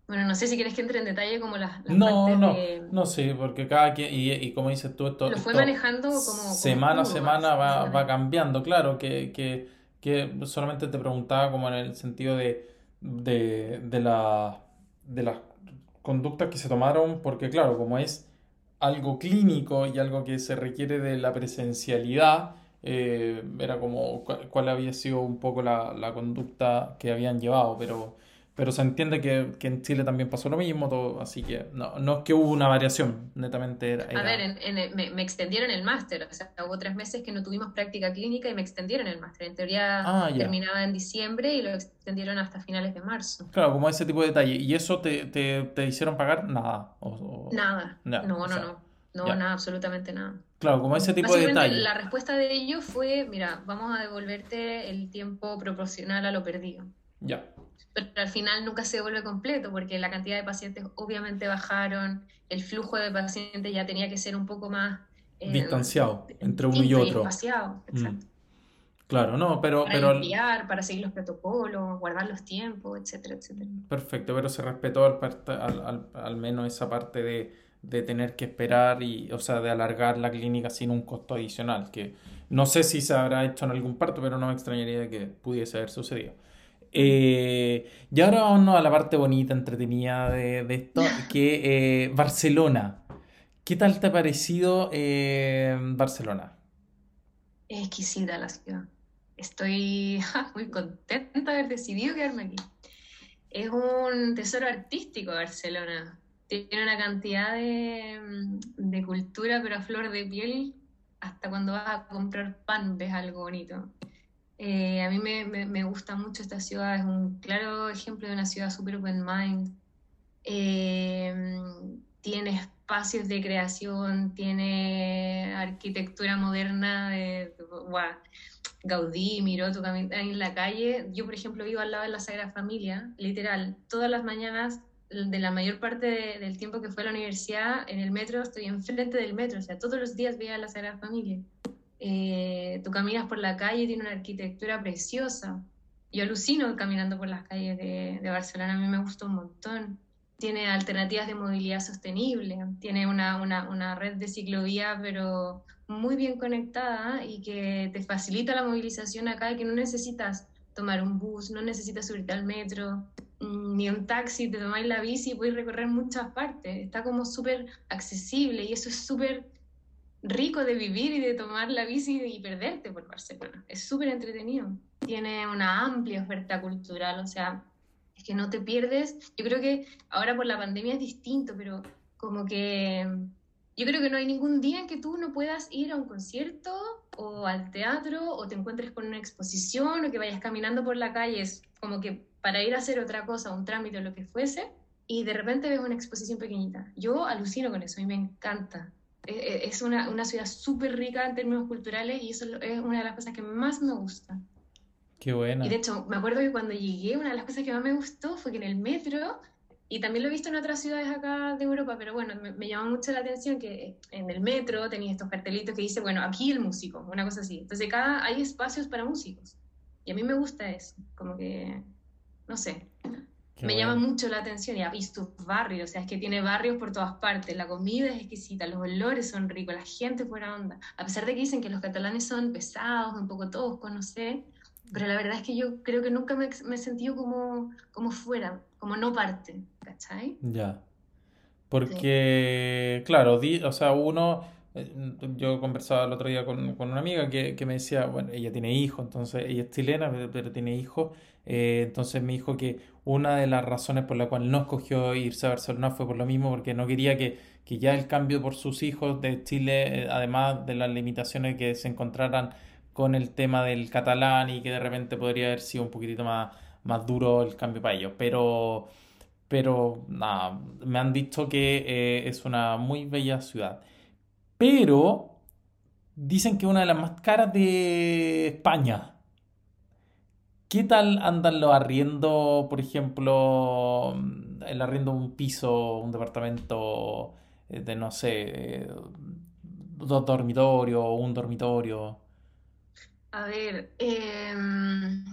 Bueno, no sé si quieres que entre en detalle como las, las No, partes no, de... no sé, porque cada quien, y, y como dices tú, esto, Lo fue esto manejando como, como semana a pudo, semana bas- va, va básicamente. cambiando, claro, que, que, que solamente te preguntaba como en el sentido de, de, de la, de las conductas que se tomaron, porque claro, como es algo clínico y algo que se requiere de la presencialidad, eh, era como cu- cuál había sido un poco la, la conducta que habían llevado, pero, pero se entiende que, que en Chile también pasó lo mismo, todo, así que no, no es que hubo una variación, netamente era, A ver, era... en- en el- me, me extendieron el máster, o sea, hubo tres meses que no tuvimos práctica clínica y me extendieron el máster. En teoría Ah, ya. terminaba en diciembre y lo extendieron hasta finales de marzo. Claro, como ese tipo de detalle. ¿Y eso te, te, te hicieron pagar? Nada. O, o- Nada, ya, o no, no, sea, no, no, ya. nada, absolutamente nada. Claro, como ese tipo de Básicamente detalle. la respuesta de ellos fue, mira, vamos a devolverte el tiempo proporcional a lo perdido. Ya. Pero al final nunca se vuelve completo porque la cantidad de pacientes obviamente bajaron, el flujo de pacientes ya tenía que ser un poco más eh, Distanciado entre uno y distinto y otro. espaciado, Mm, exacto, claro, no, pero, para pero limpiar, para seguir los protocolos, guardar los tiempos, etcétera, etcétera. perfecto, pero se respetó al, part- al, al- al menos esa parte de, de tener que esperar y, o sea, de alargar la clínica sin un costo adicional, que no sé si se habrá hecho en algún parto, pero no me extrañaría que pudiese haber sucedido. Mm. Eh, y ahora vamos a la parte bonita, entretenida de, de esto, que eh, Barcelona. ¿Qué tal te ha parecido eh, Barcelona? Es exquisita la ciudad. Estoy ja, muy contenta de haber decidido quedarme aquí. Es un tesoro artístico Barcelona. Tiene una cantidad de, mm, de cultura, pero a flor de piel. Hasta cuando vas a comprar pan ves algo bonito. Eh, a mí me, me- me gusta mucho esta ciudad. Es un claro ejemplo de una ciudad súper open mind. Eh, Tiene espacios de creación, tiene arquitectura moderna de, guau, Gaudí, miró tu caminar en la calle. Yo, por ejemplo, vivo al lado de la Sagrada Familia, literal, todas las mañanas, de la mayor parte de- del tiempo que fue a la universidad, en el metro, estoy enfrente del metro, o sea, todos los días veía la Sagrada Familia. Eh, tú caminas por la calle, tiene una arquitectura preciosa. Yo alucino caminando por las calles de, de Barcelona, a mí me gusta un montón. Tiene alternativas de movilidad sostenible, tiene una, una, una red de ciclovía, pero muy bien conectada y que te facilita la movilización acá y que no necesitas tomar un bus, no necesitas subirte al metro, mm, ni un taxi, te tomáis la bici y puedes recorrer muchas partes. Está como súper accesible y eso es súper rico de vivir y de tomar la bici y perderte por Barcelona. Es súper entretenido. Tiene una amplia oferta cultural, o sea, es que no te pierdes. Yo creo que ahora por la pandemia es distinto, pero como que yo creo que no hay ningún día en que tú no puedas ir a un concierto o al teatro o te encuentres con una exposición o que vayas caminando por la calle, es como que para ir a hacer otra cosa, un trámite o lo que fuese, y de repente ves una exposición pequeñita. Yo alucino con eso y me encanta. Eh, eh, Es una, una ciudad súper rica en términos culturales y eso es lo- es una de las cosas que más me gusta. Qué Y de buena. hecho, me acuerdo que cuando llegué, una de las cosas que más me gustó fue que en el metro, y también lo he visto en otras ciudades acá de Europa, pero bueno, me, me llama mucho la atención que en el metro tenía estos cartelitos que dice, bueno, aquí el músico, una cosa así. Entonces, cada hay espacios para músicos. Y a mí me gusta eso, como que, no sé, Qué me llama buena. mucho la atención y, y sus barrios, o sea, es que tiene barrios por todas partes, la comida es exquisita, los olores son ricos, la gente es buena onda, a pesar de que dicen que los catalanes son pesados, un poco toscos, no sé, pero la verdad es que yo creo que nunca me, me he sentido como, como fuera, como no parte, ¿cachai? Ya. Sí. Porque, claro, di- o sea, uno, eh, yo conversaba el otro día con, con una amiga que, que me decía, bueno, ella tiene hijos, entonces ella es chilena, pero, pero tiene hijos, eh, entonces me dijo que una de las razones por la cual no escogió irse a Barcelona fue por lo mismo, porque no quería que, que ya el cambio por sus hijos de Chile, eh, además de las limitaciones que se encontraran con el tema del catalán y que de repente podría haber sido un poquitito más, más duro el cambio para ellos, pero... Pero nada, me han dicho que eh, es una muy bella ciudad. Pero dicen que es una de las más caras de España. ¿Qué tal andan los arriendos, por ejemplo, mm, el arriendo de un piso, un departamento eh, de, no sé, eh, dos dormitorios o un dormitorio? A ver, em,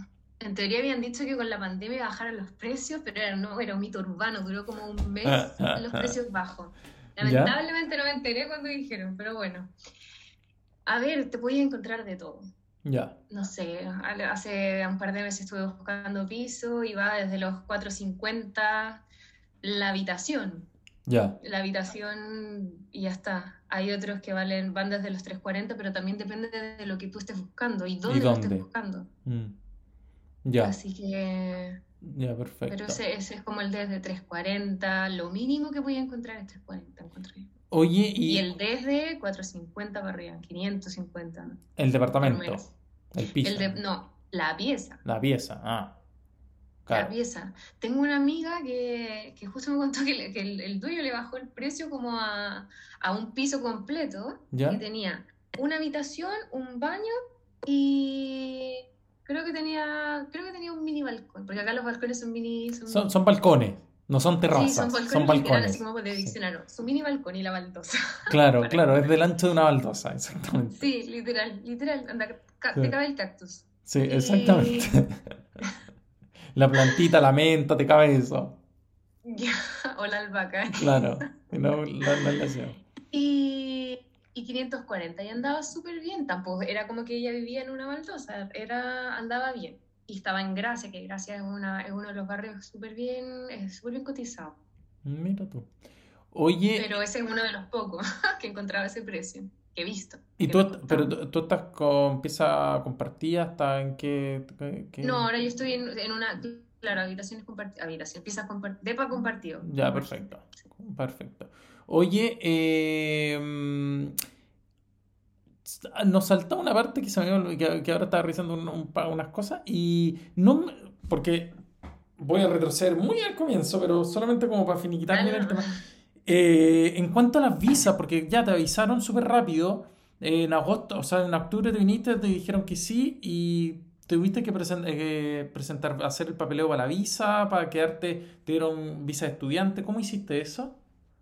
En teoría habían dicho que con la pandemia bajaran los precios, pero era, no, era un mito urbano, duró como un mes los precios bajos. ¿Ya? Lamentablemente no me enteré cuando dijeron, pero bueno. A ver, te voy a encontrar de todo. Ya, No sé, al- hace un par de meses estuve buscando piso y va desde los cuatrocientos cincuenta la habitación. ya. La habitación y ya está. Hay otros que valen, van desde los trescientos cuarenta, pero también depende de lo que tú estés buscando y ¿Y dónde lo estés dónde? buscando. Mm, ya, Así que, ya, pero perfecto. ese, ese es como el desde trescientos cuarenta. Lo mínimo que voy a encontrar es trescientos cuarenta, encuentro yo. Oye, Y y el desde cuatrocientos cincuenta para arriba, quinientos cincuenta el por departamento, mes. el El piso, de, no, la pieza. la pieza. Ah, La claro. pieza. Tengo una amiga que, que justo me contó que, le- que el, el dueño le bajó el precio como a, a un piso completo, que ¿Ya? tenía una habitación, un baño y creo que tenía, creo que tenía un mini balcón, porque acá los balcones son mini, son Son, mini. son balcones, no son Sí, son terrazas, son balcones literal, así balcones. como de Sí. diccionario. Su mini balcón y la baldosa, Claro, para que claro, es del cachis. ancho de una baldosa, exactamente. Sí, literal, literal, anda, ca- te Sí, cabe el cactus. sí, exactamente. Y La plantita, la menta, te cabe eso. ya, o la albahaca. Claro, y no, no, no le hacía. Y, y quinientos cuarenta y andaba súper bien, tampoco era como que ella vivía en una baldosa, era, andaba bien. Y estaba en Gracia, que Gracia es, una, es uno de los barrios súper bien, es súper bien cotizado. Mira tú. Oye, Pero ese es uno de los pocos que encontraba ese precio, que he visto, ¿y que tú, me est- pero gustaban. tú, tú estás con pieza compartida hasta en qué, qué- No, qué- ahora yo estoy en, en una, claro, habitaciones compartidas, habitación, piezas compartidas, depa compartido, Ya, compartido. perfecto, perfecto. Oye, eh, mm, nos saltó una parte que, se me olvidó- que, que ahora estaba revisando un- un pa- unas cosas y no me- porque voy a retroceder muy al comienzo, pero solamente como para finiquitar bien Dale el nomás. tema. Eh, en cuanto a las visas, porque ya te avisaron súper rápido, eh, en agosto, o sea, en octubre te viniste, te dijeron que sí y tuviste que, presen- eh, presentar, hacer el papeleo para la visa, para quedarte, te dieron visa de estudiante. ¿Cómo hiciste eso?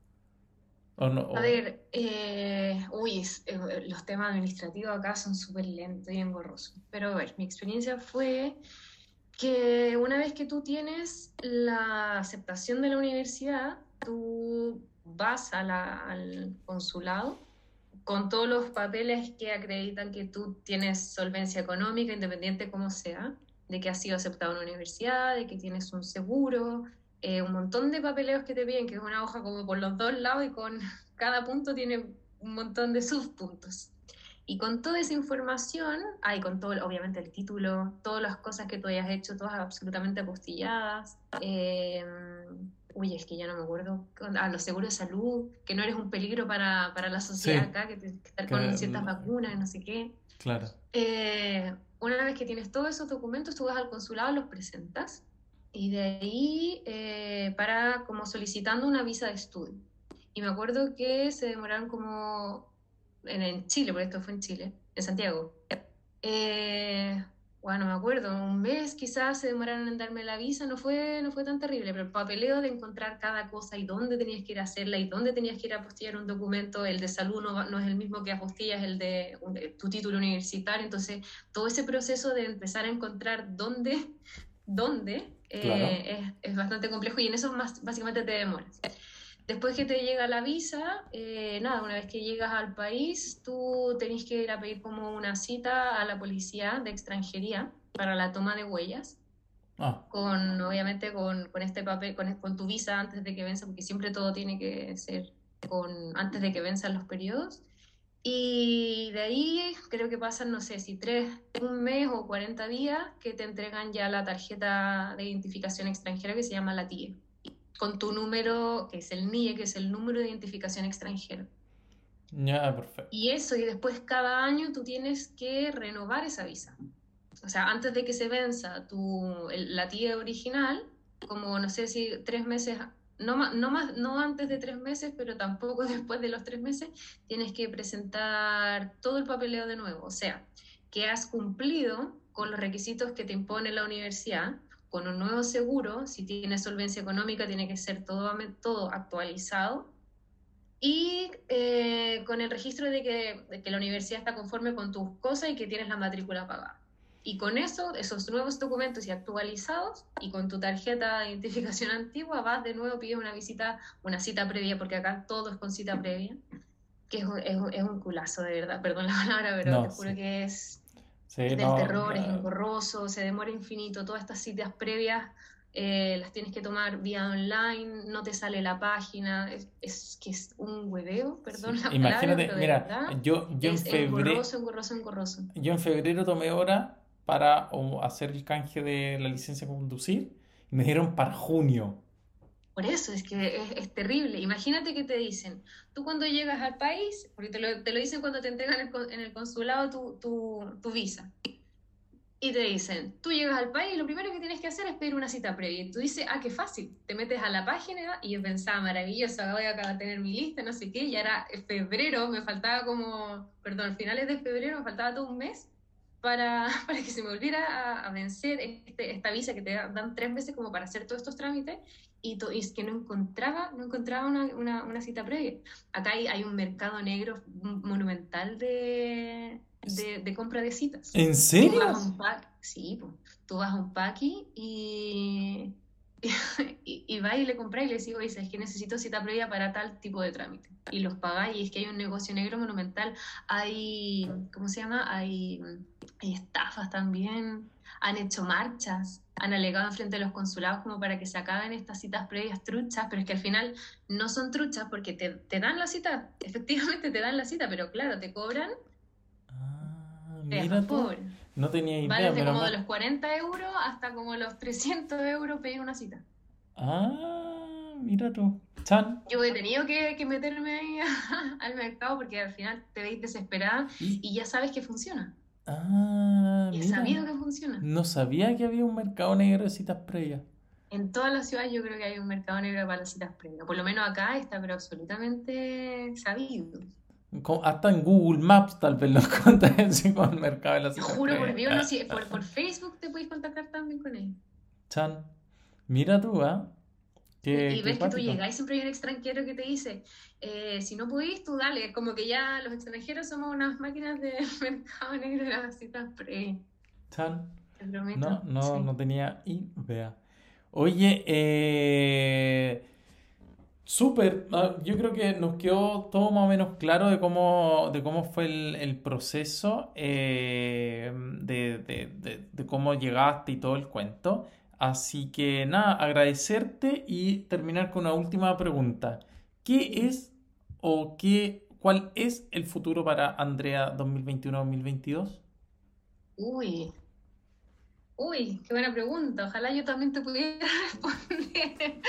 ¿O no? A o- ver, eh, uy, es- eh, los temas administrativos acá son súper lentos y engorrosos. Pero a ver, mi experiencia fue que una vez que tú tienes la aceptación de la universidad, tú vas a la- al consulado con todos los papeles que acreditan que tú tienes solvencia económica, independiente como sea, de que has sido aceptado en una universidad, de que tienes un seguro, eh, un montón de papeleos que te piden, que es una hoja como por los dos lados y con cada punto tiene un montón de subpuntos. Y con toda esa información, hay con todo, obviamente el título, todas las cosas que tú hayas hecho, todas absolutamente apostilladas. Eh, uy, es que ya no me acuerdo. Ah, los seguros de salud, que no eres un peligro para, para la sociedad Sí, acá, que tienes que estar que, con ciertas mm, vacunas, no sé qué. claro. Eh, una vez que tienes todos esos documentos, tú vas al consulado, los presentas y de ahí eh, para como solicitando una visa de estudio. Y me acuerdo que se demoraron como en, en Chile, porque esto fue en Chile, en Santiago. Eh, bueno, no me acuerdo, un mes quizás se demoraron en darme la visa, no fue, no fue tan terrible, pero el papeleo de encontrar cada cosa y dónde tenías que ir a hacerla y dónde tenías que ir a apostillar un documento, el de salud no, no es el mismo que apostillas el de, un, de tu título universitario, entonces todo ese proceso de empezar a encontrar dónde, dónde Claro. eh, es, es, bastante complejo y en eso más, básicamente te demoras. Después que te llega la visa, eh, nada, una vez que llegas al país, tú tenés que ir a pedir como una cita a la policía de extranjería para la toma de huellas, Ah, con, obviamente con, con este papel, con, con tu visa antes de que venza, porque siempre todo tiene que ser con, antes de que venzan los periodos. Y de ahí creo que pasan, no sé, si tres, un mes o cuarenta días que te entregan ya la tarjeta de identificación extranjera que se llama la T I E con tu número, que es el N I E, que es el número de identificación extranjero. ya, perfecto. Y eso, y después cada año tú tienes que renovar esa visa. O sea, antes de que se venza tu, el, la T I E original, como no sé si tres meses, no, no, más, no antes de tres meses, pero tampoco después de los tres meses, tienes que presentar todo el papeleo de nuevo. O sea, que has cumplido con los requisitos que te impone la universidad, con un nuevo seguro, si tienes solvencia económica, tiene que ser todo, todo actualizado y eh, con el registro de que, de que la universidad está conforme con tus cosas y que tienes la matrícula pagada. Y con eso, esos nuevos documentos y actualizados, y con tu tarjeta de identificación antigua, vas de nuevo, pides una visita, una cita previa, porque acá todo es con cita previa, que es un, es un, es un culazo, de verdad, perdón la palabra, pero No, te juro sí. que es Sí, del no. terror, es la- engorroso, se demora infinito, todas estas citas previas eh, las tienes que tomar vía online, no te sale la página, es, es que es un hueveo, perdón sí. la palabra, Imagínate, pero de mira, verdad yo, yo en es febrero, engorroso, engorroso, engorroso. yo en febrero tomé hora para o, hacer el canje de la licencia de conducir y me dieron para junio. Por eso es que es, es terrible. Imagínate que te dicen, tú cuando llegas al país, porque te lo, te lo dicen cuando te entregan el con- en el consulado tu, tu, tu visa, y te dicen, tú llegas al país y lo primero que tienes que hacer es pedir una cita previa. Y tú dices, ah, qué fácil. Te metes a la página y yo pensaba, maravilloso, voy a acabar de tener mi lista, no sé qué. Ya era febrero, me faltaba como, perdón, finales de febrero, me faltaba todo un mes para, para que se me volviera a, a vencer este, esta visa que te dan tres meses como para hacer todos estos trámites. Y, to, y es que no encontraba, no encontraba una, una, una cita previa. Acá hay, hay un mercado negro monumental de, de, de compra de citas. ¿En Tú vas a serio? un pack, sí, po. Tú vas a un paqui y, y, y vas y le compras y le decís, oye, es que necesito cita previa para tal tipo de trámite. Y los pagáis y es que hay un negocio negro monumental. Hay, ¿cómo se llama? Hay, hay estafas también. Han hecho marchas, han alegado enfrente de los consulados como para que se acaben estas citas previas truchas, pero es que al final no son truchas porque te, te dan la cita, efectivamente te dan la cita, pero claro, te cobran Ah, feas mira más tú. pobres. No tenía Va idea, desde menos como de mal. los cuarenta euros hasta como los trescientos euros pedir una cita. Ah, mira tú. Chan. Yo he tenido que, que meterme ahí a- al mercado porque al final te veis desesperada Y, y ya sabes que funciona. ah, Y he mira. sabido que funciona. No sabía que había un mercado negro de citas previas. En todas las ciudades yo creo que hay un mercado negro para las citas previas. Por lo menos acá está, pero absolutamente sabido. Co- Hasta en Google Maps tal vez lo encontré así con el mercado de las Te citas juro por previas. Dios, no, si por, por Facebook te puedes contactar también con ellos. Chan. Mira tú, ¿ah? Sí, Qué, y qué ves que tú cuático. llegas y siempre hay un extranjero que te dice, eh, si no pudiste, tú dale. Es como que ya los extranjeros somos unas máquinas de mercado negro de las citas pre. Chan. Te prometo, No, no, sí. no tenía idea. Oye, eh, súper. Ah, yo creo que nos quedó todo más o menos claro de cómo, de cómo fue el, el proceso, eh, de, de- de- de cómo llegaste y todo el cuento. Así que nada, agradecerte y terminar con una última pregunta. ¿Qué es o qué, cuál es el futuro para Andrea dos mil veintiuno-dos mil veintidós? Uy, uy, qué buena pregunta. Ojalá yo también te pudiera responder.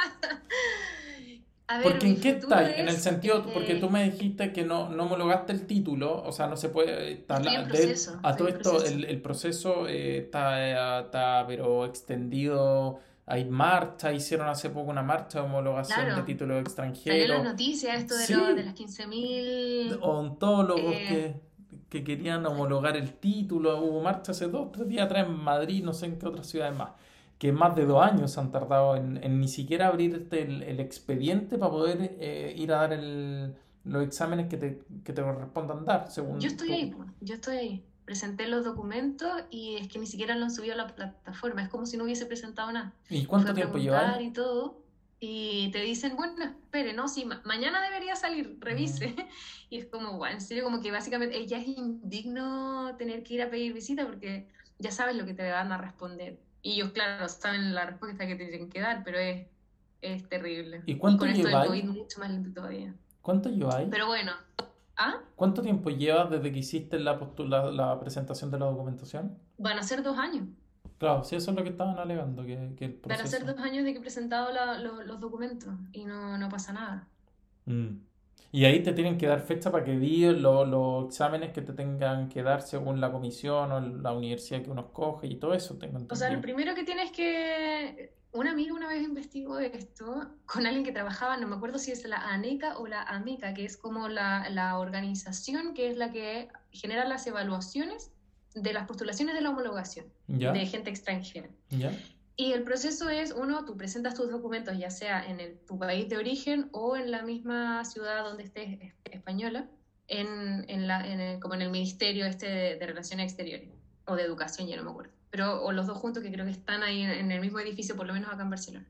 A ver, Porque mi ¿en qué futuro estáis? En el es, sentido, porque tú eh, me dijiste que no, no homologaste el título, o sea, no se puede, está estoy la- en de- proceso, a estoy todo en esto, proceso. el, el proceso eh, está, está, pero extendido, hay marcha, hicieron hace poco una marcha de homologación de Claro, títulos salió en las extranjeros, noticias esto de, lo- de sí, las quince de mil. odontólogos Eh, que, que querían homologar el título, hubo marcha hace dos, tres días atrás en Madrid, no sé en qué otras ciudades más, que más de dos años han tardado en, en ni siquiera abrirte el, el expediente para poder eh, ir a dar el- los exámenes que te, que te correspondan dar, yo según estoy ahí, tú. pues, yo estoy ahí. Presenté los documentos y es que ni siquiera lo han subido a la plataforma, es como si no hubiese presentado nada. ¿Y Y fue cuánto a tiempo lleváis? preguntar y todo, y te dicen, bueno, espere, no, sí, ma- mañana debería salir, Mm. revise. Y es como, bueno, en serio, como que básicamente eh, ya es indigno tener que ir a pedir visita porque ya sabes lo que te van a responder. Y ellos, claro, saben la respuesta que te tienen que dar, pero es, es terrible. ¿Y Y cuánto con esto del lleváis? COVID mucho más lento todavía. ¿Cuánto lleváis? Pero bueno, ¿ah? ¿Cuánto tiempo llevas desde que hiciste la, postula- la presentación de la documentación? Van a ser dos años. Claro, sí, eso es lo que estaban alegando, que, que el Van a ser proceso. dos años de que he presentado la- lo- los documentos y no, no pasa nada. Mm. Y ahí te tienen que dar fecha para que di lo- los exámenes que te tengan que dar según la comisión o la universidad que uno escoge y todo eso, tengo O sea, lo entendido. primero que tienes que... Una amiga una vez investigó esto con alguien que trabajaba, no me acuerdo si es la ANECA o la AMECA, que es como la, la organización que es la que genera las evaluaciones de las postulaciones de la homologación de ¿Ya? gente extranjera. ¿Ya? Y el proceso es, uno, tú presentas tus documentos ya sea en el, tu país de origen o en la misma ciudad donde estés es- española, en, en la, en el- como en el Ministerio este de, de Relaciones Exteriores. o de educación, ya no me acuerdo, pero o los dos juntos que creo que están ahí en, en el mismo edificio, por lo menos acá en Barcelona.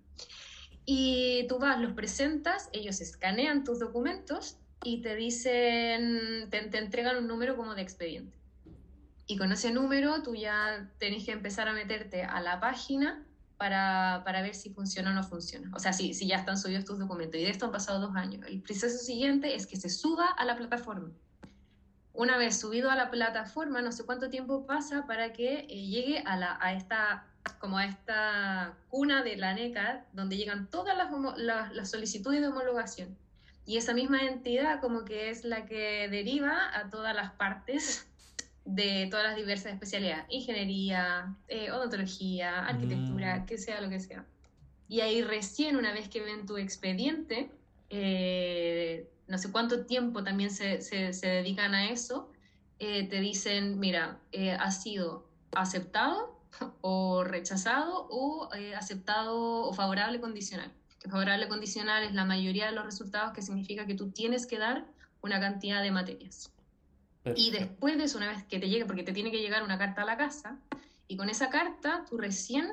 Y tú vas, los presentas, ellos escanean tus documentos y te dicen, te, te entregan un número como de expediente. Y con ese número tú ya tenés que empezar a meterte a la página para, para ver si funciona o no funciona. O sea, si, si ya están subidos tus documentos. Y de esto han pasado dos años. El proceso siguiente es que se suba a la plataforma. Una vez subido a la plataforma, no sé cuánto tiempo pasa para que eh, llegue a, la, a esta como a esta cuna de la NECAD, donde llegan todas las, las, las solicitudes de homologación. Y esa misma entidad como que es la que deriva a todas las partes de todas las diversas especialidades, ingeniería, eh, odontología, arquitectura, mm. que sea lo que sea. Y ahí recién, una vez que ven tu expediente, eh, no sé cuánto tiempo también se, se, se dedican a eso, eh, te dicen, mira, eh, ha sido aceptado o rechazado o eh, aceptado o favorable condicional. Que favorable condicional es la mayoría de los resultados, que significa que tú tienes que dar una cantidad de materias. Perfecto. Y después de eso, una vez que te llegue, porque te tiene que llegar una carta a la casa, y con esa carta tú recién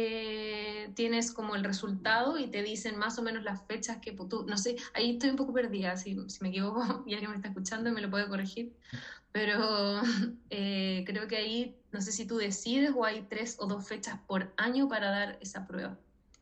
eh, tienes como el resultado y te dicen más o menos las fechas que tú, no sé, ahí estoy un poco perdida, si, si me equivoco y alguien me está escuchando me lo puede corregir, pero eh, creo que ahí, no sé si tú decides o hay tres o dos fechas por año para dar esa prueba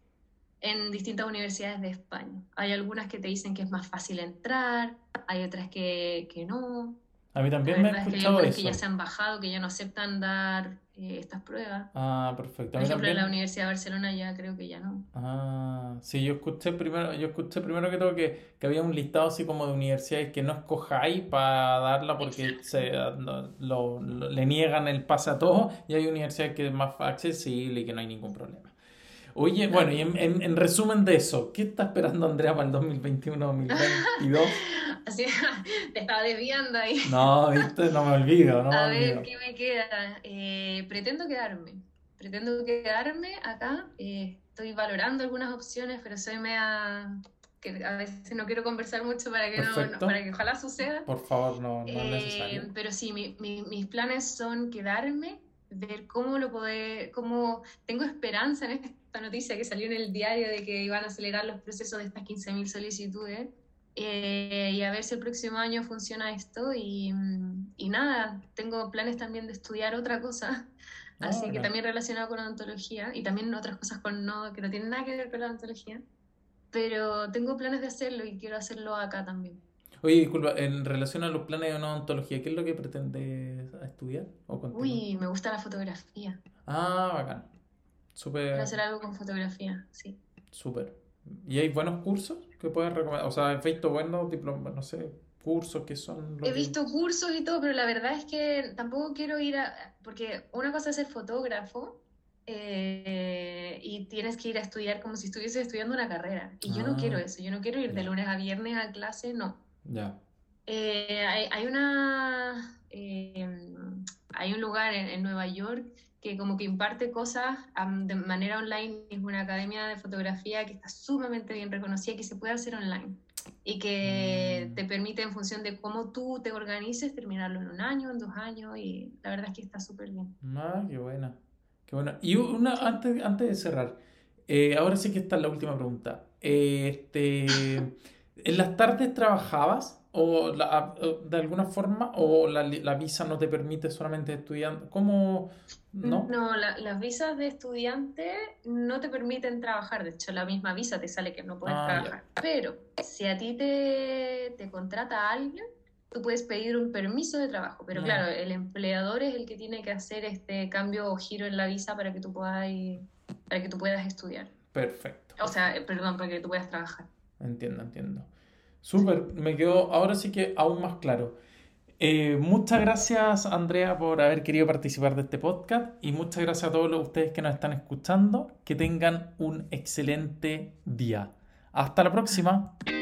en distintas universidades de España. Hay algunas que te dicen que es más fácil entrar, hay otras que, que no. A mí también me he escuchado que eso. Que ya se han bajado, que ya no aceptan dar eh, estas pruebas. Ah, perfecto. Por ejemplo, también... en la Universidad de Barcelona ya creo que ya no. Ah, sí, yo escuché primero, yo escuché primero que todo que, que había un listado así como de universidades que no escojáis para darla porque se, lo, lo, lo, le niegan el pase a todos, y hay universidades que es más accesible y que no hay ningún problema. Oye, bueno, y en, en, en resumen de eso, ¿qué está esperando Andrea para el dos mil veintiuno dos mil veintidós? Así, te estaba desviando ahí. No, viste, no me olvido, no A me ver, olvido. ¿qué me queda? Eh, pretendo quedarme, pretendo quedarme acá. Eh, estoy valorando algunas opciones, pero soy media... que a veces no quiero conversar mucho para que, no, no, para que ojalá suceda. Por favor, no, no eh, es necesario. Pero sí, mi, mi, mis planes son quedarme, ver cómo lo poder, cómo tengo esperanza en esta noticia que salió en el diario de que iban a acelerar los procesos de estas quince mil solicitudes, eh, y a ver si el próximo año funciona esto, y, y nada, tengo planes también de estudiar otra cosa, Ah, así que bueno. también relacionado con odontología, y también otras cosas con no, que no tienen nada que ver con la odontología, pero tengo planes de hacerlo y quiero hacerlo acá también. Oye, disculpa, en relación a los planes de odontología, ¿qué es lo que pretendes estudiar o continuar? Uy, me gusta la fotografía. Ah, bacán. Quiero Súper, hacer algo con fotografía, sí. súper. ¿Y hay buenos cursos que puedes recomendar? O sea, ¿has visto buenos diplomas, no sé, cursos que son lo He que... visto cursos y todo, pero la verdad es que tampoco quiero ir a... Porque una cosa es ser fotógrafo, eh, y tienes que ir a estudiar como si estuvieses estudiando una carrera. Y yo no quiero Ah, eso, yo no quiero ir de ya, lunes a viernes a clase, no. ya. Eh, hay, hay una... eh, hay un lugar en, en Nueva York que como que imparte cosas um, de manera online. Es una academia de fotografía que está sumamente bien reconocida, que se puede hacer online y que Mm. te permite, en función de cómo tú te organices, terminarlo en un año, en dos años, y la verdad es que está súper bien. Ah, qué buena. Qué buena. Y una, antes, antes de cerrar, eh, ahora sí que está la última pregunta. Eh, este, ¿en las tardes trabajabas o la- de alguna forma o la, li- la visa no te permite solamente estudiar? ¿Cómo? ¿No? No, la- las visas de estudiante no te permiten trabajar, de hecho la misma visa te sale que no puedes Ah, ya. trabajar, pero si a ti te, te contrata a alguien, tú puedes pedir un permiso de trabajo, pero Ah, claro, el empleador es el que tiene que hacer este cambio o giro en la visa para que tú puedas, ir- para que tú puedas estudiar, perfecto. o sea, eh, perdón, para que tú puedas trabajar. Entiendo, entiendo. Súper, me quedó ahora sí que aún más claro. Eh, muchas gracias, Andrea, por haber querido participar de este podcast, y muchas gracias a todos los- ustedes que nos están escuchando. Que tengan un excelente día. Hasta la próxima.